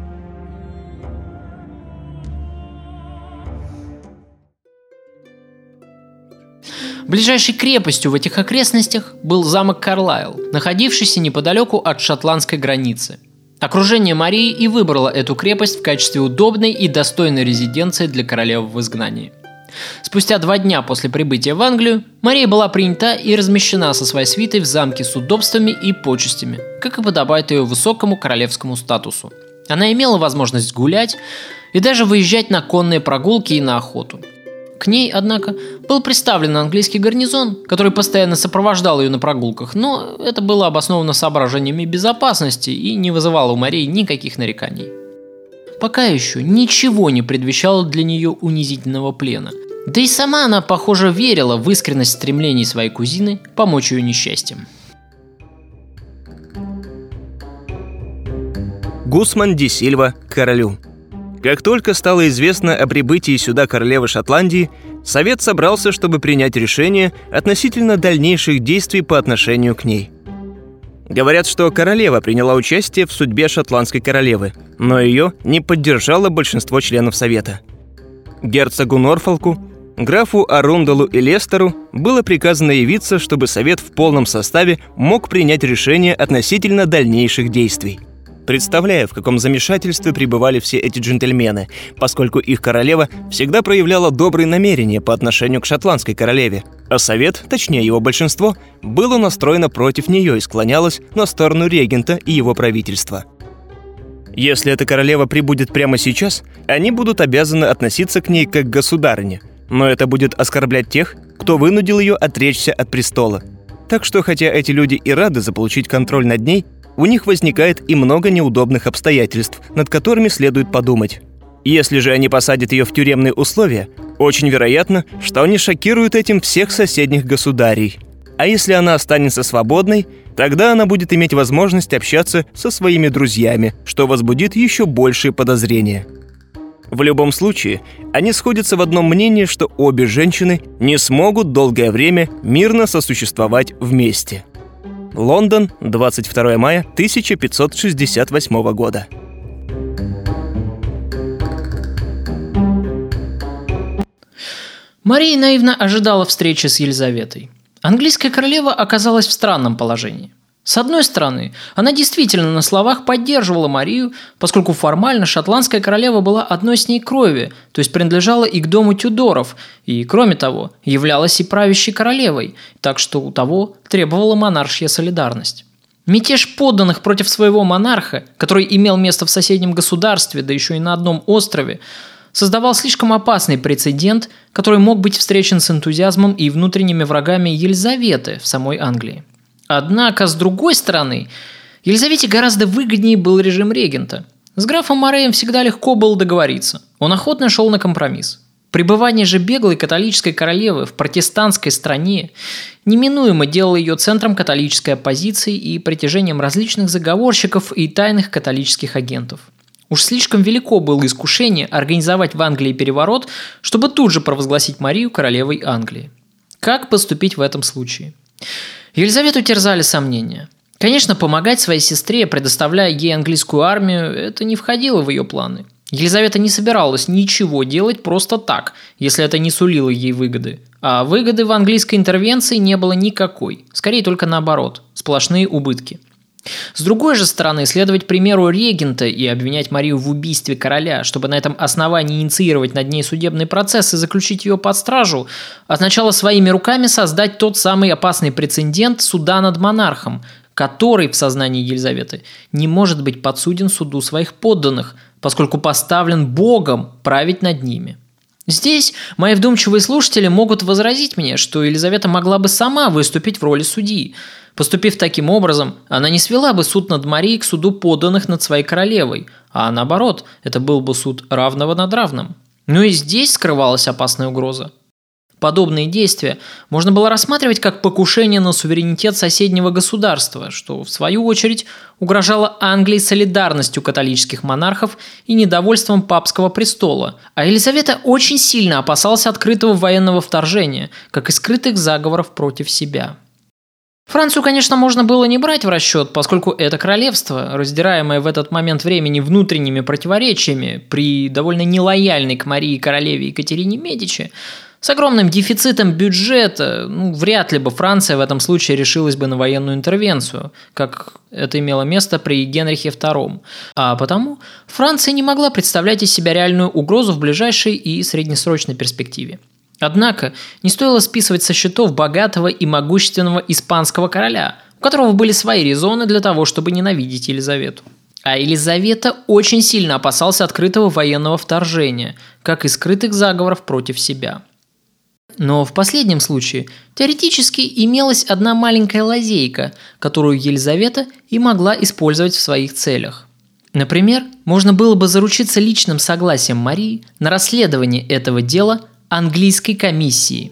Ближайшей крепостью в этих окрестностях был замок Карлайл, находившийся неподалеку от шотландской границы. Окружение Марии и выбрало эту крепость в качестве удобной и достойной резиденции для королевы в изгнании. Спустя два дня после прибытия в Англию Мария была принята и размещена со своей свитой в замке с удобствами и почестями, как и подобает ее высокому королевскому статусу. Она имела возможность гулять и даже выезжать на конные прогулки и на охоту. К ней, однако, был представлен английский гарнизон, который постоянно сопровождал ее на прогулках, но это было обосновано соображениями безопасности и не вызывало у Марии никаких нареканий. Пока еще ничего не предвещало для нее унизительного плена, да и сама она, похоже, верила в искренность стремлений своей кузины помочь ее несчастьям. Гусман ди Сильва королю. Как только стало известно о прибытии сюда королевы Шотландии, Совет собрался, чтобы принять решение относительно дальнейших действий по отношению к ней. Говорят, что королева приняла участие в судьбе шотландской королевы, но ее не поддержало большинство членов Совета. Герцогу Норфолку, графу Арундалу и Лестеру было приказано явиться, чтобы Совет в полном составе мог принять решение относительно дальнейших действий. Представляю, в каком замешательстве пребывали все эти джентльмены, поскольку их королева всегда проявляла добрые намерения по отношению к шотландской королеве, а Совет, точнее его большинство, было настроено против нее и склонялось на сторону регента и его правительства. Если эта королева прибудет прямо сейчас, они будут обязаны относиться к ней как к государыне, но это будет оскорблять тех, кто вынудил ее отречься от престола. Так что, хотя эти люди и рады заполучить контроль над ней, у них возникает и много неудобных обстоятельств, над которыми следует подумать. Если же они посадят ее в тюремные условия, очень вероятно, что они шокируют этим всех соседних государей. А если она останется свободной, тогда она будет иметь возможность общаться со своими друзьями, что возбудит еще большие подозрения. В любом случае, они сходятся в одном мнении, что обе женщины не смогут долгое время мирно сосуществовать вместе. Лондон, двадцать второго мая тысяча пятьсот шестьдесят восьмого года. Мария наивно ожидала встречи с Елизаветой. Английская королева оказалась в странном положении. С одной стороны, она действительно на словах поддерживала Марию, поскольку формально шотландская королева была одной с ней крови, то есть принадлежала и к дому Тюдоров, и, кроме того, являлась и правящей королевой, так что у того требовала монаршья солидарность. Мятеж подданных против своего монарха, который имел место в соседнем государстве, да еще и на одном острове, создавал слишком опасный прецедент, который мог быть встречен с энтузиазмом и внутренними врагами Елизаветы в самой Англии. Однако, с другой стороны, Елизавете гораздо выгоднее был режим регента. С графом Мореем всегда легко было договориться. Он охотно шел на компромисс. Пребывание же беглой католической королевы в протестантской стране неминуемо делало ее центром католической оппозиции и притяжением различных заговорщиков и тайных католических агентов. Уж слишком велико было искушение организовать в Англии переворот, чтобы тут же провозгласить Марию королевой Англии. Как поступить в этом случае? Елизавету терзали сомнения. Конечно, помогать своей сестре, предоставляя ей английскую армию, это не входило в ее планы. Елизавета не собиралась ничего делать просто так, если это не сулило ей выгоды. А выгоды в английской интервенции не было никакой, скорее только наоборот, сплошные убытки. С другой же стороны, следовать примеру регента и обвинять Марию в убийстве короля, чтобы на этом основании инициировать над ней судебный процесс и заключить ее под стражу, означало своими руками создать тот самый опасный прецедент суда над монархом, который в сознании Елизаветы не может быть подсуден суду своих подданных, поскольку поставлен Богом править над ними. Здесь мои вдумчивые слушатели могут возразить мне, что Елизавета могла бы сама выступить в роли судьи. Поступив таким образом, она не свела бы суд над Марией к суду подданных над своей королевой, а наоборот, это был бы суд равного над равным. Но и здесь скрывалась опасная угроза. Подобные действия можно было рассматривать как покушение на суверенитет соседнего государства, что, в свою очередь, угрожало Англии солидарностью католических монархов и недовольством папского престола, а Елизавета очень сильно опасалась открытого военного вторжения, как и скрытых заговоров против себя. Францию, конечно, можно было не брать в расчет, поскольку это королевство, раздираемое в этот момент времени внутренними противоречиями при довольно нелояльной к Марии королеве Екатерине Медичи, с огромным дефицитом бюджета, ну, вряд ли бы Франция в этом случае решилась бы на военную интервенцию, как это имело место при Генрихе втором. А потому Франция не могла представлять из себя реальную угрозу в ближайшей и среднесрочной перспективе. Однако не стоило списывать со счетов богатого и могущественного испанского короля, у которого были свои резоны для того, чтобы ненавидеть Елизавету. А Елизавета очень сильно опасался открытого военного вторжения, как и скрытых заговоров против себя. Но в последнем случае теоретически имелась одна маленькая лазейка, которую Елизавета и могла использовать в своих целях. Например, можно было бы заручиться личным согласием Марии на расследование этого дела английской комиссии.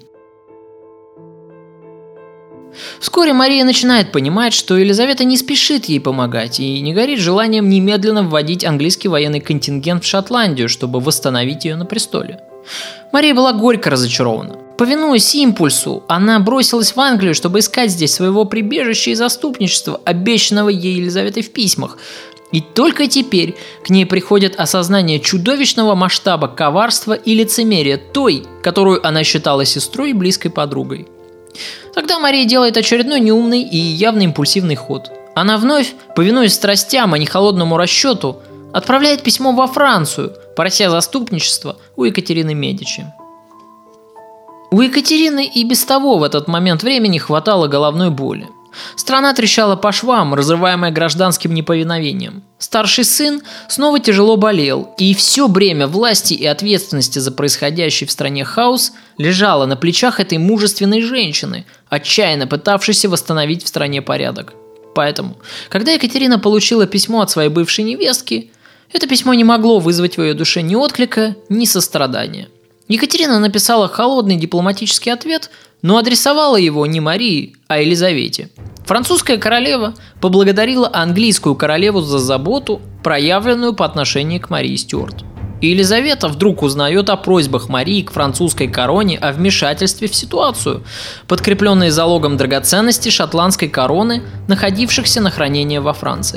Вскоре Мария начинает понимать, что Елизавета не спешит ей помогать и не горит желанием немедленно вводить английский военный контингент в Шотландию, чтобы восстановить ее на престоле. Мария была горько разочарована. Повинуясь импульсу, она бросилась в Англию, чтобы искать здесь своего прибежища и заступничества, обещанного ей Елизаветой в письмах. И только теперь к ней приходит осознание чудовищного масштаба коварства и лицемерия той, которую она считала сестрой и близкой подругой. Тогда Мария делает очередной неумный и явно импульсивный ход. Она вновь, повинуясь страстям, а не холодному расчету, отправляет письмо во Францию, прося заступничества у Екатерины Медичи. У Екатерины и без того в этот момент времени хватало головной боли. Страна трещала по швам, разрываемая гражданским неповиновением. Старший сын снова тяжело болел, и все бремя власти и ответственности за происходящий в стране хаос лежало на плечах этой мужественной женщины, отчаянно пытавшейся восстановить в стране порядок. Поэтому, когда Екатерина получила письмо от своей бывшей невестки, это письмо не могло вызвать в ее душе ни отклика, ни сострадания. Екатерина написала холодный дипломатический ответ, но адресовала его не Марии, а Елизавете. Французская королева поблагодарила английскую королеву за заботу, проявленную по отношению к Марии Стюарт. И Елизавета вдруг узнает о просьбах Марии к французской короне о вмешательстве в ситуацию, подкрепленной залогом драгоценностей шотландской короны, находившихся на хранении во Франции.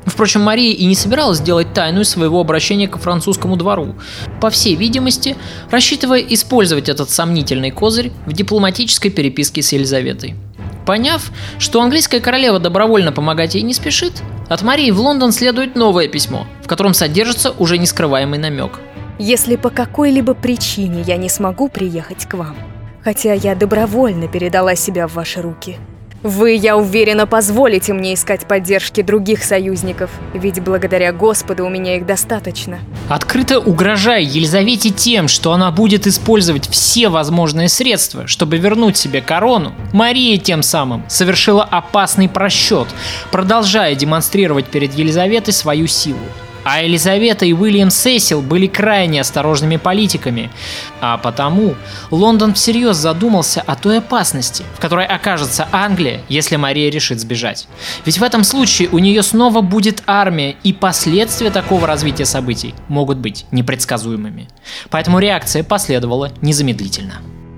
Впрочем, Мария и не собиралась делать тайну из своего обращения к французскому двору, по всей видимости, рассчитывая использовать этот сомнительный козырь в дипломатической переписке с Елизаветой. Поняв, что английская королева добровольно помогать ей не спешит, от Марии в Лондон следует новое письмо, в котором содержится уже нескрываемый намек. Если по какой-либо причине я не смогу приехать к вам, хотя я добровольно передала себя в ваши руки, вы, я уверена, позволите мне искать поддержки других союзников, ведь благодаря Господу у меня их достаточно. Открыто угрожая Елизавете тем, что она будет использовать все возможные средства, чтобы вернуть себе корону, Мария тем самым совершила опасный просчет, продолжая демонстрировать перед Елизаветой свою силу. А Елизавета и Уильям Сесил были крайне осторожными политиками, а потому Лондон всерьез задумался о той опасности, в которой окажется Англия, если Мария решит сбежать. Ведь в этом случае у нее снова будет армия, и последствия такого развития событий могут быть непредсказуемыми. Поэтому реакция последовала незамедлительно.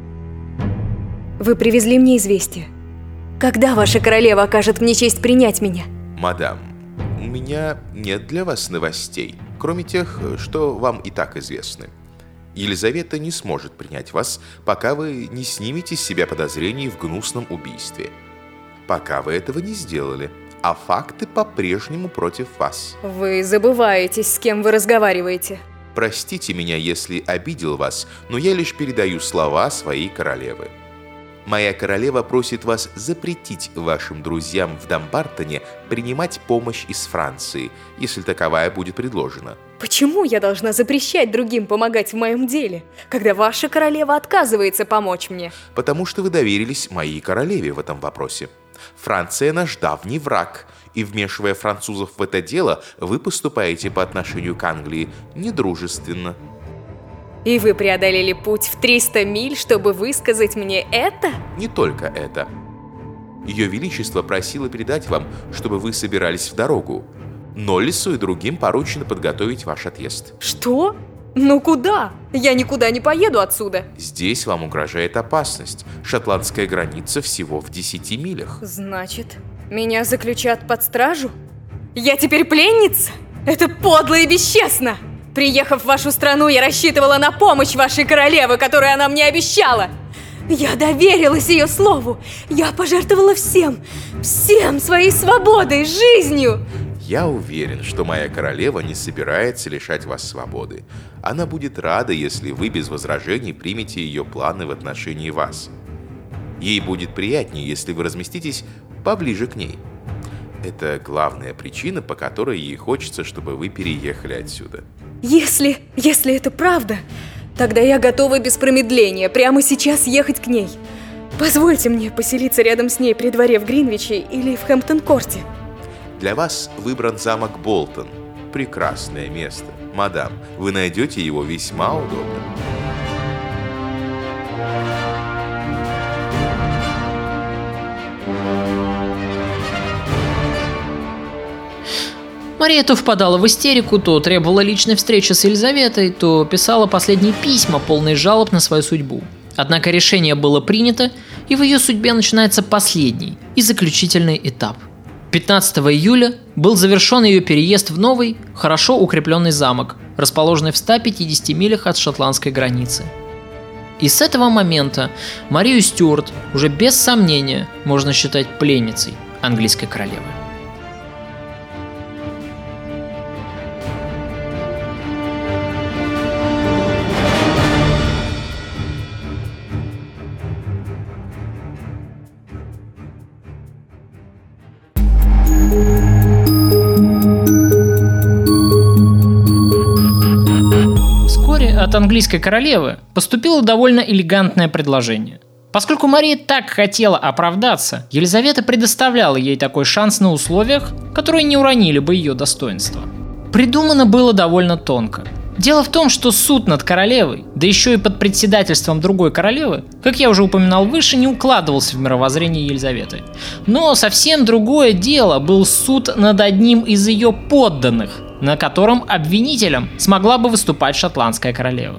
Вы привезли мне известие. Когда ваша королева окажет мне честь принять меня? Мадам, у меня нет для вас новостей, кроме тех, что вам и так известны. Елизавета не сможет принять вас, пока вы не снимете с себя подозрений в гнусном убийстве. Пока вы этого не сделали, а факты по-прежнему против вас. Вы забываетесь, с кем вы разговариваете. Простите меня, если обидел вас, но я лишь передаю слова своей королевы. Моя королева просит вас запретить вашим друзьям в Дамбартоне принимать помощь из Франции, если таковая будет предложена. Почему я должна запрещать другим помогать в моем деле, когда ваша королева отказывается помочь мне? Потому что вы доверились моей королеве в этом вопросе. Франция наш давний враг, и вмешивая французов в это дело, вы поступаете по отношению к Англии недружественно. И вы преодолели путь в триста миль, чтобы высказать мне это? Не только это. Ее Величество просило передать вам, чтобы вы собирались в дорогу. Ноллису и другим поручено подготовить ваш отъезд. Что? Ну куда? Я никуда не поеду отсюда. Здесь вам угрожает опасность. Шотландская граница всего в десяти милях. Значит, меня заключат под стражу? Я теперь пленница? Это подло и бесчестно! Приехав в вашу страну, я рассчитывала на помощь вашей королевы, которую она мне обещала. Я доверилась ее слову. Я пожертвовала всем, всем своей свободой, жизнью. Я уверен, что моя королева не собирается лишать вас свободы. Она будет рада, если вы без возражений примете ее планы в отношении вас. Ей будет приятнее, если вы разместитесь поближе к ней. Это главная причина, по которой ей хочется, чтобы вы переехали отсюда. Если, если это правда, тогда я готова без промедления прямо сейчас ехать к ней. Позвольте мне поселиться рядом с ней при дворе в Гринвиче или в Хэмптон-корте. Для вас выбран замок Болтон. Прекрасное место. Мадам, вы найдете его весьма удобным. Мария то впадала в истерику, то требовала личной встречи с Елизаветой, то писала последние письма, полные жалоб на свою судьбу. Однако решение было принято, и в ее судьбе начинается последний и заключительный этап. пятнадцатого июля был завершен ее переезд в новый, хорошо укрепленный замок, расположенный в ста пятидесяти милях от шотландской границы. И с этого момента Марию Стюарт уже без сомнения можно считать пленницей английской королевы. От английской королевы поступило довольно элегантное предложение. Поскольку Мария так хотела оправдаться, Елизавета предоставляла ей такой шанс на условиях, которые не уронили бы ее достоинство. Придумано было довольно тонко. Дело в том, что суд над королевой, да еще и под председательством другой королевы, как я уже упоминал выше, не укладывался в мировоззрение Елизаветы. Но совсем другое дело был суд над одним из ее подданных, на котором обвинителем смогла бы выступать шотландская королева.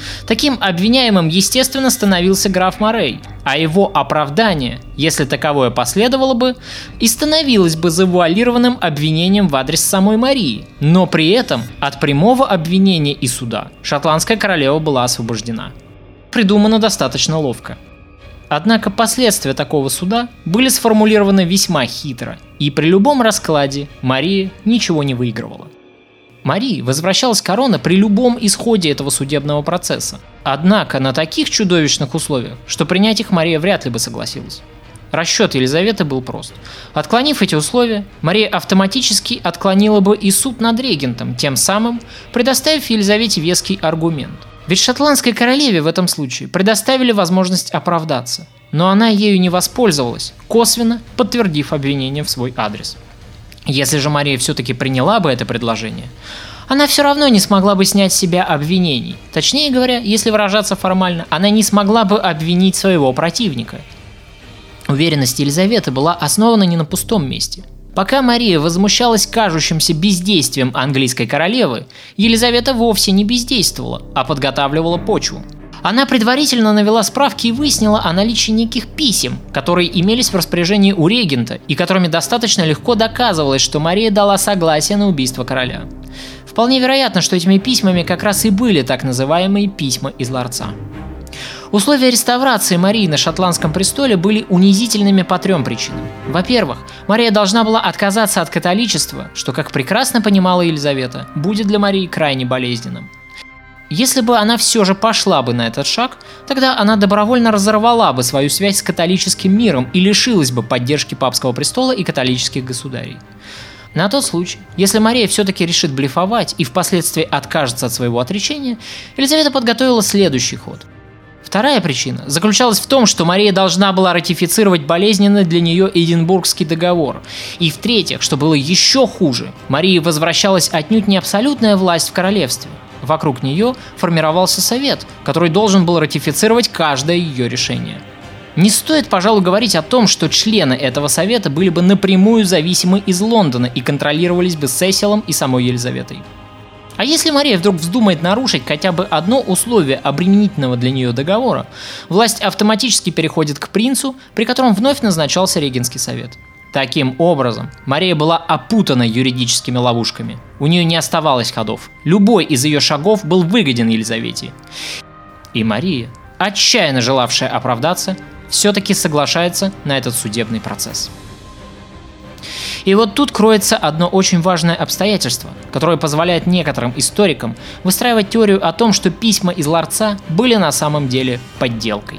Таким обвиняемым, естественно, становился граф Морей, а его оправдание, если таковое последовало бы, и становилось бы завуалированным обвинением в адрес самой Марии. Но при этом от прямого обвинения и суда шотландская королева была освобождена. Придумано достаточно ловко. Однако последствия такого суда были сформулированы весьма хитро, и при любом раскладе Мария ничего не выигрывала. Марии возвращалась корона при любом исходе этого судебного процесса, однако на таких чудовищных условиях, что принять их Мария вряд ли бы согласилась. Расчет Елизаветы был прост. Отклонив эти условия, Мария автоматически отклонила бы и суд над регентом, тем самым предоставив Елизавете веский аргумент. Ведь шотландской королеве в этом случае предоставили возможность оправдаться, но она ею не воспользовалась, косвенно подтвердив обвинение в свой адрес. Если же Мария все-таки приняла бы это предложение, она все равно не смогла бы снять с себя обвинений. Точнее говоря, если выражаться формально, она не смогла бы обвинить своего противника. Уверенность Елизаветы была основана не на пустом месте. Пока Мария возмущалась кажущимся бездействием английской королевы, Елизавета вовсе не бездействовала, а подготавливала почву. Она предварительно навела справки и выяснила о наличии неких писем, которые имелись в распоряжении у регента и которыми достаточно легко доказывалось, что Мария дала согласие на убийство короля. Вполне вероятно, что этими письмами как раз и были так называемые письма из ларца. Условия реставрации Марии на шотландском престоле были унизительными по трем причинам. Во-первых, Мария должна была отказаться от католичества, что, как прекрасно понимала Елизавета, будет для Марии крайне болезненным. Если бы она все же пошла бы на этот шаг, тогда она добровольно разорвала бы свою связь с католическим миром и лишилась бы поддержки папского престола и католических государей. На тот случай, если Мария все-таки решит блефовать и впоследствии откажется от своего отречения, Елизавета подготовила следующий ход. Вторая причина заключалась в том, что Мария должна была ратифицировать болезненный для нее Эдинбургский договор. И в-третьих, что было еще хуже, Марии возвращалась отнюдь не абсолютная власть в королевстве. Вокруг нее формировался совет, который должен был ратифицировать каждое ее решение. Не стоит, пожалуй, говорить о том, что члены этого совета были бы напрямую зависимы из Лондона и контролировались бы Сесилом и самой Елизаветой. А если Мария вдруг вздумает нарушить хотя бы одно условие обременительного для нее договора, власть автоматически переходит к принцу, при котором вновь назначался регентский совет. Таким образом, Мария была опутана юридическими ловушками. У нее не оставалось ходов. Любой из ее шагов был выгоден Елизавете. И Мария, отчаянно желавшая оправдаться, все-таки соглашается на этот судебный процесс. И вот тут кроется одно очень важное обстоятельство, которое позволяет некоторым историкам выстраивать теорию о том, что письма из ларца были на самом деле подделкой.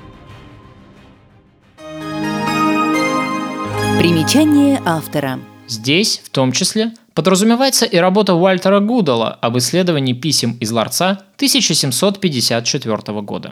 Примечание автора. Здесь, в том числе, подразумевается и работа Уальтера Гудала об исследовании писем из ларца тысяча семьсот пятьдесят четвёртого года.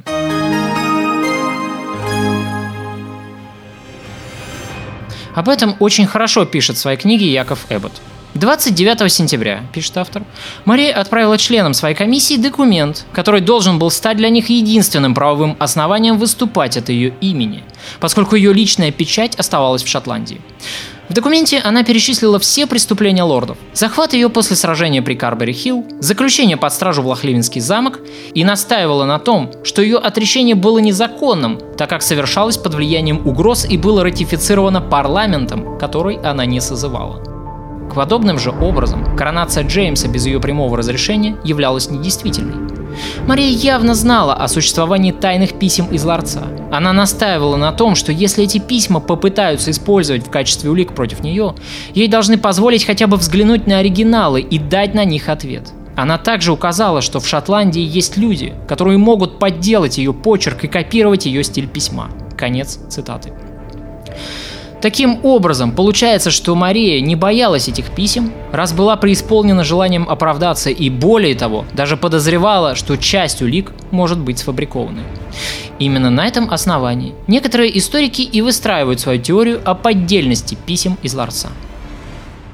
Об этом очень хорошо пишет в своей книге Яков Эббот. двадцать девятого сентября, пишет автор, Мария отправила членам своей комиссии документ, который должен был стать для них единственным правовым основанием выступать от ее имени, поскольку ее личная печать оставалась в Шотландии. В документе она перечислила все преступления лордов: захват ее после сражения при Карбери-Хилл, заключение под стражу в Лохливенский замок, и настаивала на том, что ее отречение было незаконным, так как совершалось под влиянием угроз и было ратифицировано парламентом, который она не созывала. К подобным же образом коронация Джеймса без ее прямого разрешения являлась недействительной. Мария явно знала о существовании тайных писем из ларца. Она настаивала на том, что если эти письма попытаются использовать в качестве улик против нее, ей должны позволить хотя бы взглянуть на оригиналы и дать на них ответ. Она также указала, что в Шотландии есть люди, которые могут подделать ее почерк и копировать ее стиль письма. Конец цитаты. Таким образом, получается, что Мария не боялась этих писем, раз была преисполнена желанием оправдаться и, более того, даже подозревала, что часть улик может быть сфабрикованной. Именно на этом основании некоторые историки и выстраивают свою теорию о поддельности писем из ларца.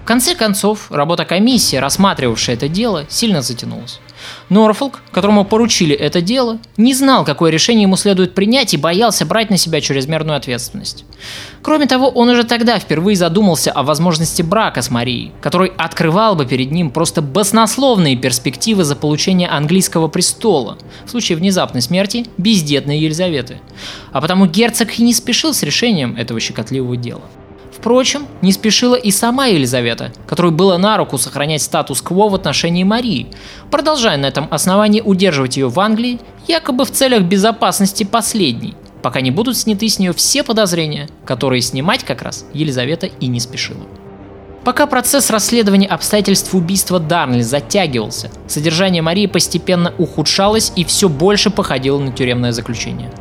конце концов, работа комиссии, рассматривавшей это дело, сильно затянулась. Норфолк, которому поручили это дело, не знал, какое решение ему следует принять и боялся брать на себя чрезмерную ответственность. Кроме того, он уже тогда впервые задумался о возможности брака с Марией, который открывал бы перед ним просто баснословные перспективы за получение английского престола в случае внезапной смерти бездетной Елизаветы. А потому герцог и не спешил с решением этого щекотливого дела. Впрочем, не спешила и сама Елизавета, которой было на руку сохранять статус-кво в отношении Марии, продолжая на этом основании удерживать ее в Англии, якобы в целях безопасности последней, пока не будут сняты с нее все подозрения, которые снимать как раз Елизавета и не спешила. Пока процесс расследования обстоятельств убийства Дарнли затягивался, содержание Марии постепенно ухудшалось и все больше походило на тюремное заключение.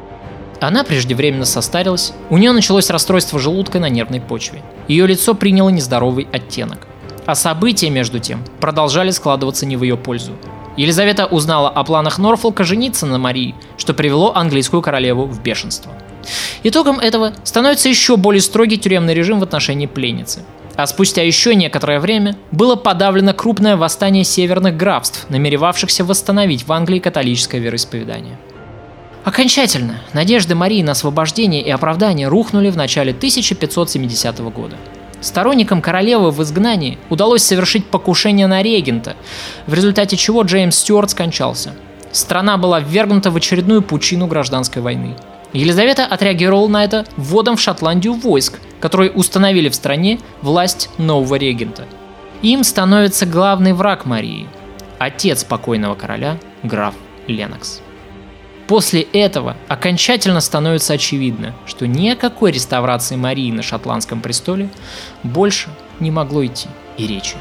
Она преждевременно состарилась, у нее началось расстройство желудка на нервной почве. Ее лицо приняло нездоровый оттенок. А события, между тем, продолжали складываться не в ее пользу. Елизавета узнала о планах Норфолка жениться на Марии, что привело английскую королеву в бешенство. Итогом этого становится еще более строгий тюремный режим в отношении пленницы. А спустя еще некоторое время было подавлено крупное восстание северных графств, намеревавшихся восстановить в Англии католическое вероисповедание. Окончательно надежды Марии на освобождение и оправдание рухнули в начале тысяча пятьсот семидесятого года. Сторонникам королевы в изгнании удалось совершить покушение на регента, в результате чего Джеймс Стюарт скончался. Страна была ввергнута в очередную пучину гражданской войны. Елизавета отреагировала на это вводом в Шотландию войск, которые установили в стране власть нового регента. Им становится главный враг Марии – отец покойного короля, граф Леннокс. После этого окончательно становится очевидно, что ни о какой реставрации Марии на шотландском престоле больше не могло идти и речи.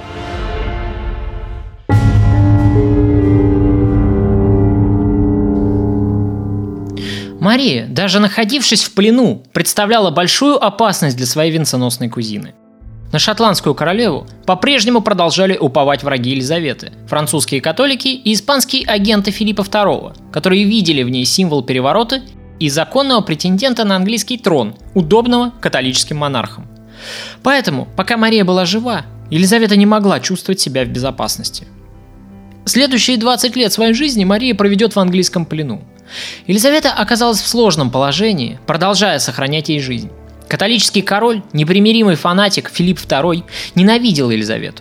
Мария, даже находившись в плену, представляла большую опасность для своей венценосной кузины. На шотландскую королеву по-прежнему продолжали уповать враги Елизаветы, французские католики и испанские агенты Филиппа второго, которые видели в ней символ переворота и законного претендента на английский трон, удобного католическим монархам. Поэтому, пока Мария была жива, Елизавета не могла чувствовать себя в безопасности. Следующие двадцать лет своей жизни Мария проведет в английском плену. Елизавета оказалась в сложном положении, продолжая сохранять ей жизнь. Католический король, непримиримый фанатик Филипп второй, ненавидел Елизавету.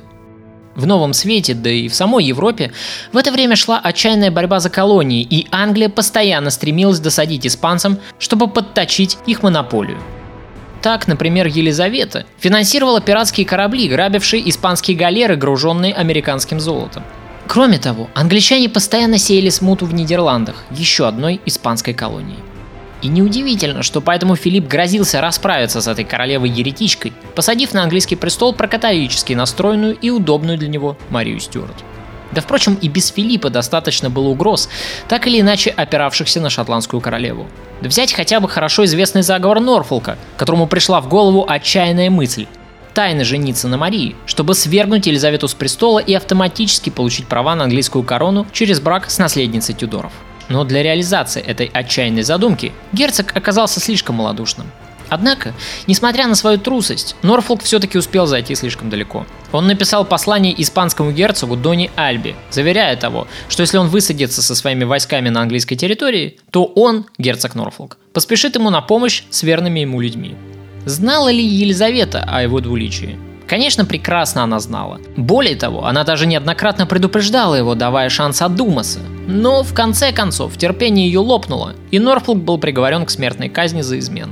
В Новом Свете, да и в самой Европе, в это время шла отчаянная борьба за колонии, и Англия постоянно стремилась досадить испанцам, чтобы подточить их монополию. Так, например, Елизавета финансировала пиратские корабли, грабившие испанские галеры, груженные американским золотом. Кроме того, англичане постоянно сеяли смуту в Нидерландах, еще одной испанской колонии. И неудивительно, что поэтому Филипп грозился расправиться с этой королевой-еретичкой, посадив на английский престол прокатолически настроенную и удобную для него Марию Стюарт. Да, впрочем, и без Филиппа достаточно было угроз, так или иначе опиравшихся на шотландскую королеву. Да взять хотя бы хорошо известный заговор Норфолка, которому пришла в голову отчаянная мысль – тайно жениться на Марии, чтобы свергнуть Елизавету с престола и автоматически получить права на английскую корону через брак с наследницей Тюдоров. Но для реализации этой отчаянной задумки герцог оказался слишком малодушным. Однако, несмотря на свою трусость, Норфолк все-таки успел зайти слишком далеко. Он написал послание испанскому герцогу Дони Альби, заверяя того, что если он высадится со своими войсками на английской территории, то он, герцог Норфолк, поспешит ему на помощь с верными ему людьми. Знала ли Елизавета о его двуличии? Конечно, прекрасно она знала. Более того, она даже неоднократно предупреждала его, давая шанс одуматься. Но в конце концов терпение ее лопнуло, и Норфолк был приговорен к смертной казни за измену.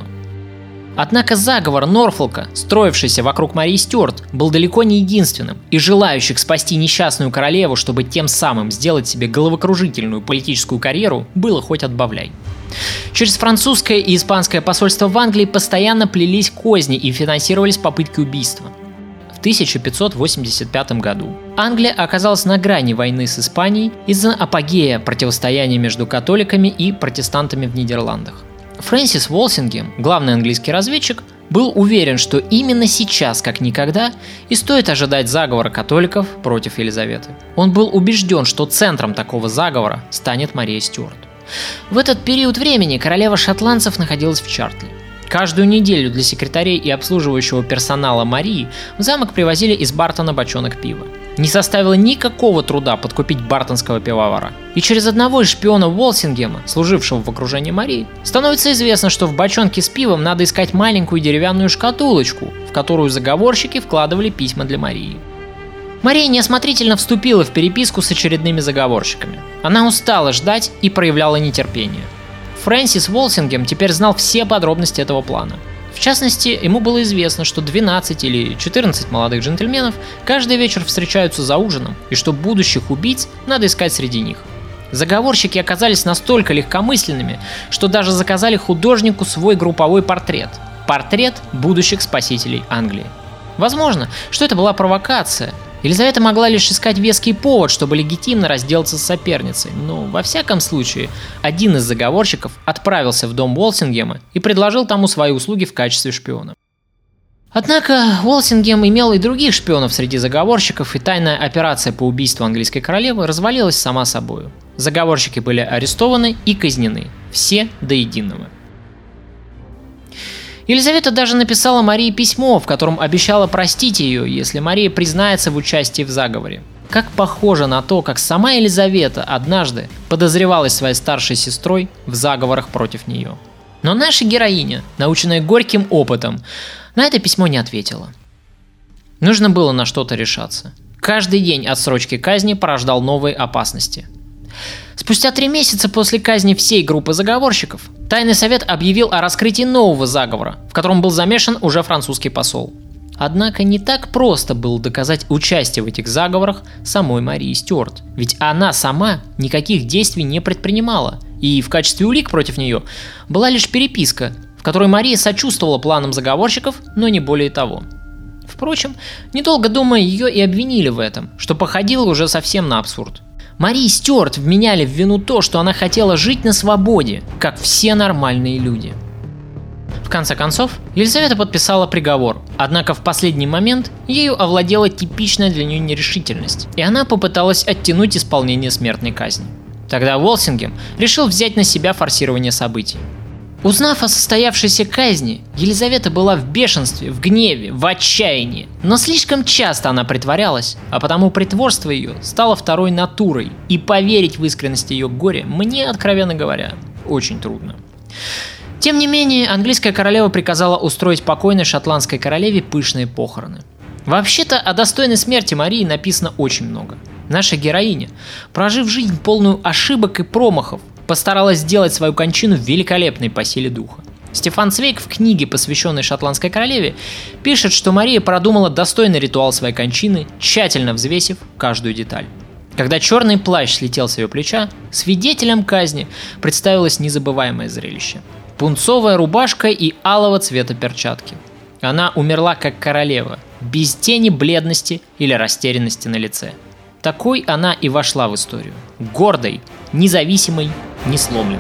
Однако заговор Норфолка, строившийся вокруг Марии Стюарт, был далеко не единственным, и желающих спасти несчастную королеву, чтобы тем самым сделать себе головокружительную политическую карьеру, было хоть отбавляй. Через французское и испанское посольство в Англии постоянно плелись козни и финансировались попытки убийства. В тысяча пятьсот восемьдесят пятом году Англия оказалась на грани войны с Испанией из-за апогея противостояния между католиками и протестантами в Нидерландах. Фрэнсис Уолсингем, главный английский разведчик, был уверен, что именно сейчас, как никогда, и стоит ожидать заговора католиков против Елизаветы. Он был убежден, что центром такого заговора станет Мария Стюарт. В этот период времени королева шотландцев находилась в Чартле. Каждую неделю для секретарей и обслуживающего персонала Марии в замок привозили из Бартона бочонок пива. Не составило никакого труда подкупить бартонского пивовара. И через одного из шпионов Уолсингема, служившего в окружении Марии, становится известно, что в бочонке с пивом надо искать маленькую деревянную шкатулочку, в которую заговорщики вкладывали письма для Марии. Мария неосмотрительно вступила в переписку с очередными заговорщиками. Она устала ждать и проявляла нетерпение. Фрэнсис Уолсингем теперь знал все подробности этого плана. В частности, ему было известно, что двенадцать или четырнадцать молодых джентльменов каждый вечер встречаются за ужином, и что будущих убийц надо искать среди них. Заговорщики оказались настолько легкомысленными, что даже заказали художнику свой групповой портрет. Портрет будущих спасителей Англии. Возможно, что это была провокация. Елизавета могла лишь искать веский повод, чтобы легитимно разделаться с соперницей, но во всяком случае один из заговорщиков отправился в дом Уолсингема и предложил тому свои услуги в качестве шпиона. Однако Уолсингем имел и других шпионов среди заговорщиков, и тайная операция по убийству английской королевы развалилась сама собою. Заговорщики были арестованы и казнены, все до единого. Елизавета даже написала Марии письмо, в котором обещала простить ее, если Мария признается в участии в заговоре. Как похоже на то, как сама Елизавета однажды подозревалась своей старшей сестрой в заговорах против нее. Но наша героиня, наученная горьким опытом, на это письмо не ответила. Нужно было на что-то решаться. Каждый день отсрочки казни порождал новые опасности. Спустя три месяца после казни всей группы заговорщиков, Тайный совет объявил о раскрытии нового заговора, в котором был замешан уже французский посол. Однако не так просто было доказать участие в этих заговорах самой Марии Стюарт, ведь она сама никаких действий не предпринимала, и в качестве улик против нее была лишь переписка, в которой Мария сочувствовала планам заговорщиков, но не более того. Впрочем, недолго думая, ее и обвинили в этом, что походило уже совсем на абсурд. Марии Стюарт вменяли в вину то, что она хотела жить на свободе, как все нормальные люди. В конце концов, Елизавета подписала приговор, однако в последний момент ею овладела типичная для нее нерешительность, и она попыталась оттянуть исполнение смертной казни. Тогда Уолсингем решил взять на себя форсирование событий. Узнав о состоявшейся казни, Елизавета была в бешенстве, в гневе, в отчаянии. Но слишком часто она притворялась, а потому притворство ее стало второй натурой, и поверить в искренность ее горя мне, откровенно говоря, очень трудно. Тем не менее, английская королева приказала устроить покойной шотландской королеве пышные похороны. Вообще-то о достойной смерти Марии написано очень много. Наша героиня, прожив жизнь полную ошибок и промахов, постаралась сделать свою кончину великолепной по силе духа. Стефан Цвейг в книге, посвященной шотландской королеве, пишет, что Мария продумала достойный ритуал своей кончины, тщательно взвесив каждую деталь. Когда черный плащ слетел с ее плеча, свидетелем казни представилось незабываемое зрелище. Пунцовая рубашка и алого цвета перчатки. Она умерла как королева, без тени бледности или растерянности на лице. Такой она и вошла в историю. Гордой, независимой, несломленной.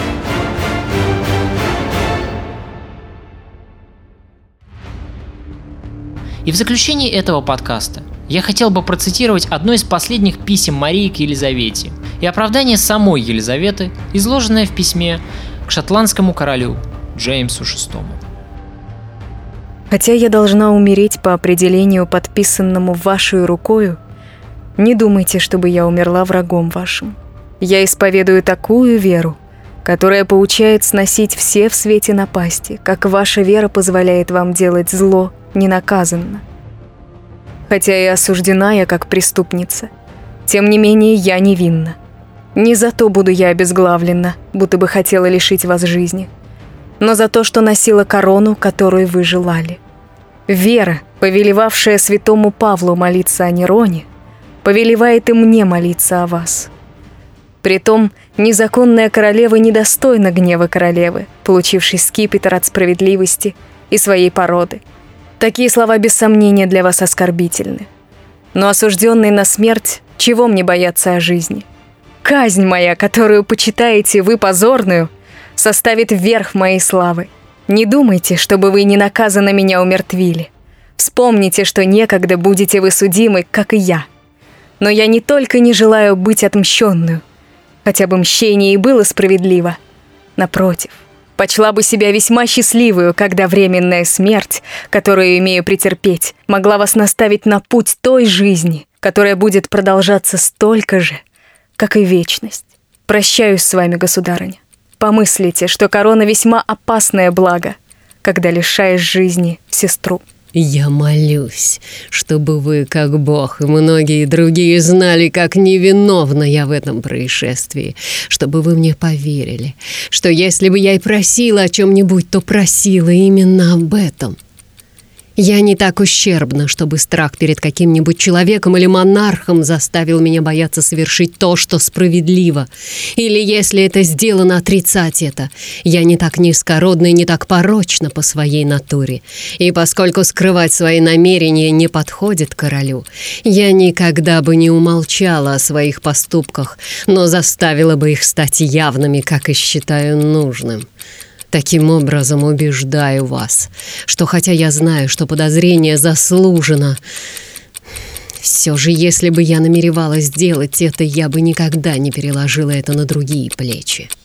И в заключении этого подкаста я хотел бы процитировать одно из последних писем Марии к Елизавете и оправдание самой Елизаветы, изложенное в письме к шотландскому королю Джеймсу шестому. Хотя я должна умереть по определению, подписанному вашей рукою, не думайте, чтобы я умерла врагом вашим. Я исповедую такую веру, которая поучает сносить все в свете напасти, как ваша вера позволяет вам делать зло ненаказанно. Хотя и осуждена я как преступница, тем не менее я невинна. Не за то буду я обезглавлена, будто бы хотела лишить вас жизни, но за то, что носила корону, которую вы желали. Вера, повелевавшая святому Павлу молиться о Нероне, повелевает и мне молиться о вас. Притом, незаконная королева недостойна гнева королевы, получившей скипетр от справедливости и своей породы. Такие слова без сомнения для вас оскорбительны. Но осужденный на смерть, чего мне бояться о жизни? Казнь моя, которую почитаете вы позорную, составит верх моей славы. Не думайте, чтобы вы ненаказанно меня умертвили. Вспомните, что некогда будете вы судимы, как и я. Но я не только не желаю быть отмщенную, хотя бы мщение и было справедливо. Напротив, почла бы себя весьма счастливую, когда временная смерть, которую имею претерпеть, могла вас наставить на путь той жизни, которая будет продолжаться столько же, как и вечность. Прощаюсь с вами, государыня. Помыслите, что корона весьма опасное благо, когда лишаешь жизни сестру. Я молюсь, чтобы вы, как Бог и многие другие, знали, как невиновна я в этом происшествии, чтобы вы мне поверили, что если бы я и просила о чем-нибудь, то просила именно об этом. Я не так ущербна, чтобы страх перед каким-нибудь человеком или монархом заставил меня бояться совершить то, что справедливо. Или, если это сделано, отрицать это. Я не так низкородна и не так порочна по своей натуре. И поскольку скрывать свои намерения не подходит королю, я никогда бы не умолчала о своих поступках, но заставила бы их стать явными, как и считаю нужным. Таким образом убеждаю вас, что хотя я знаю, что подозрение заслужено, все же, если бы я намеревалась сделать это, я бы никогда не переложила это на другие плечи.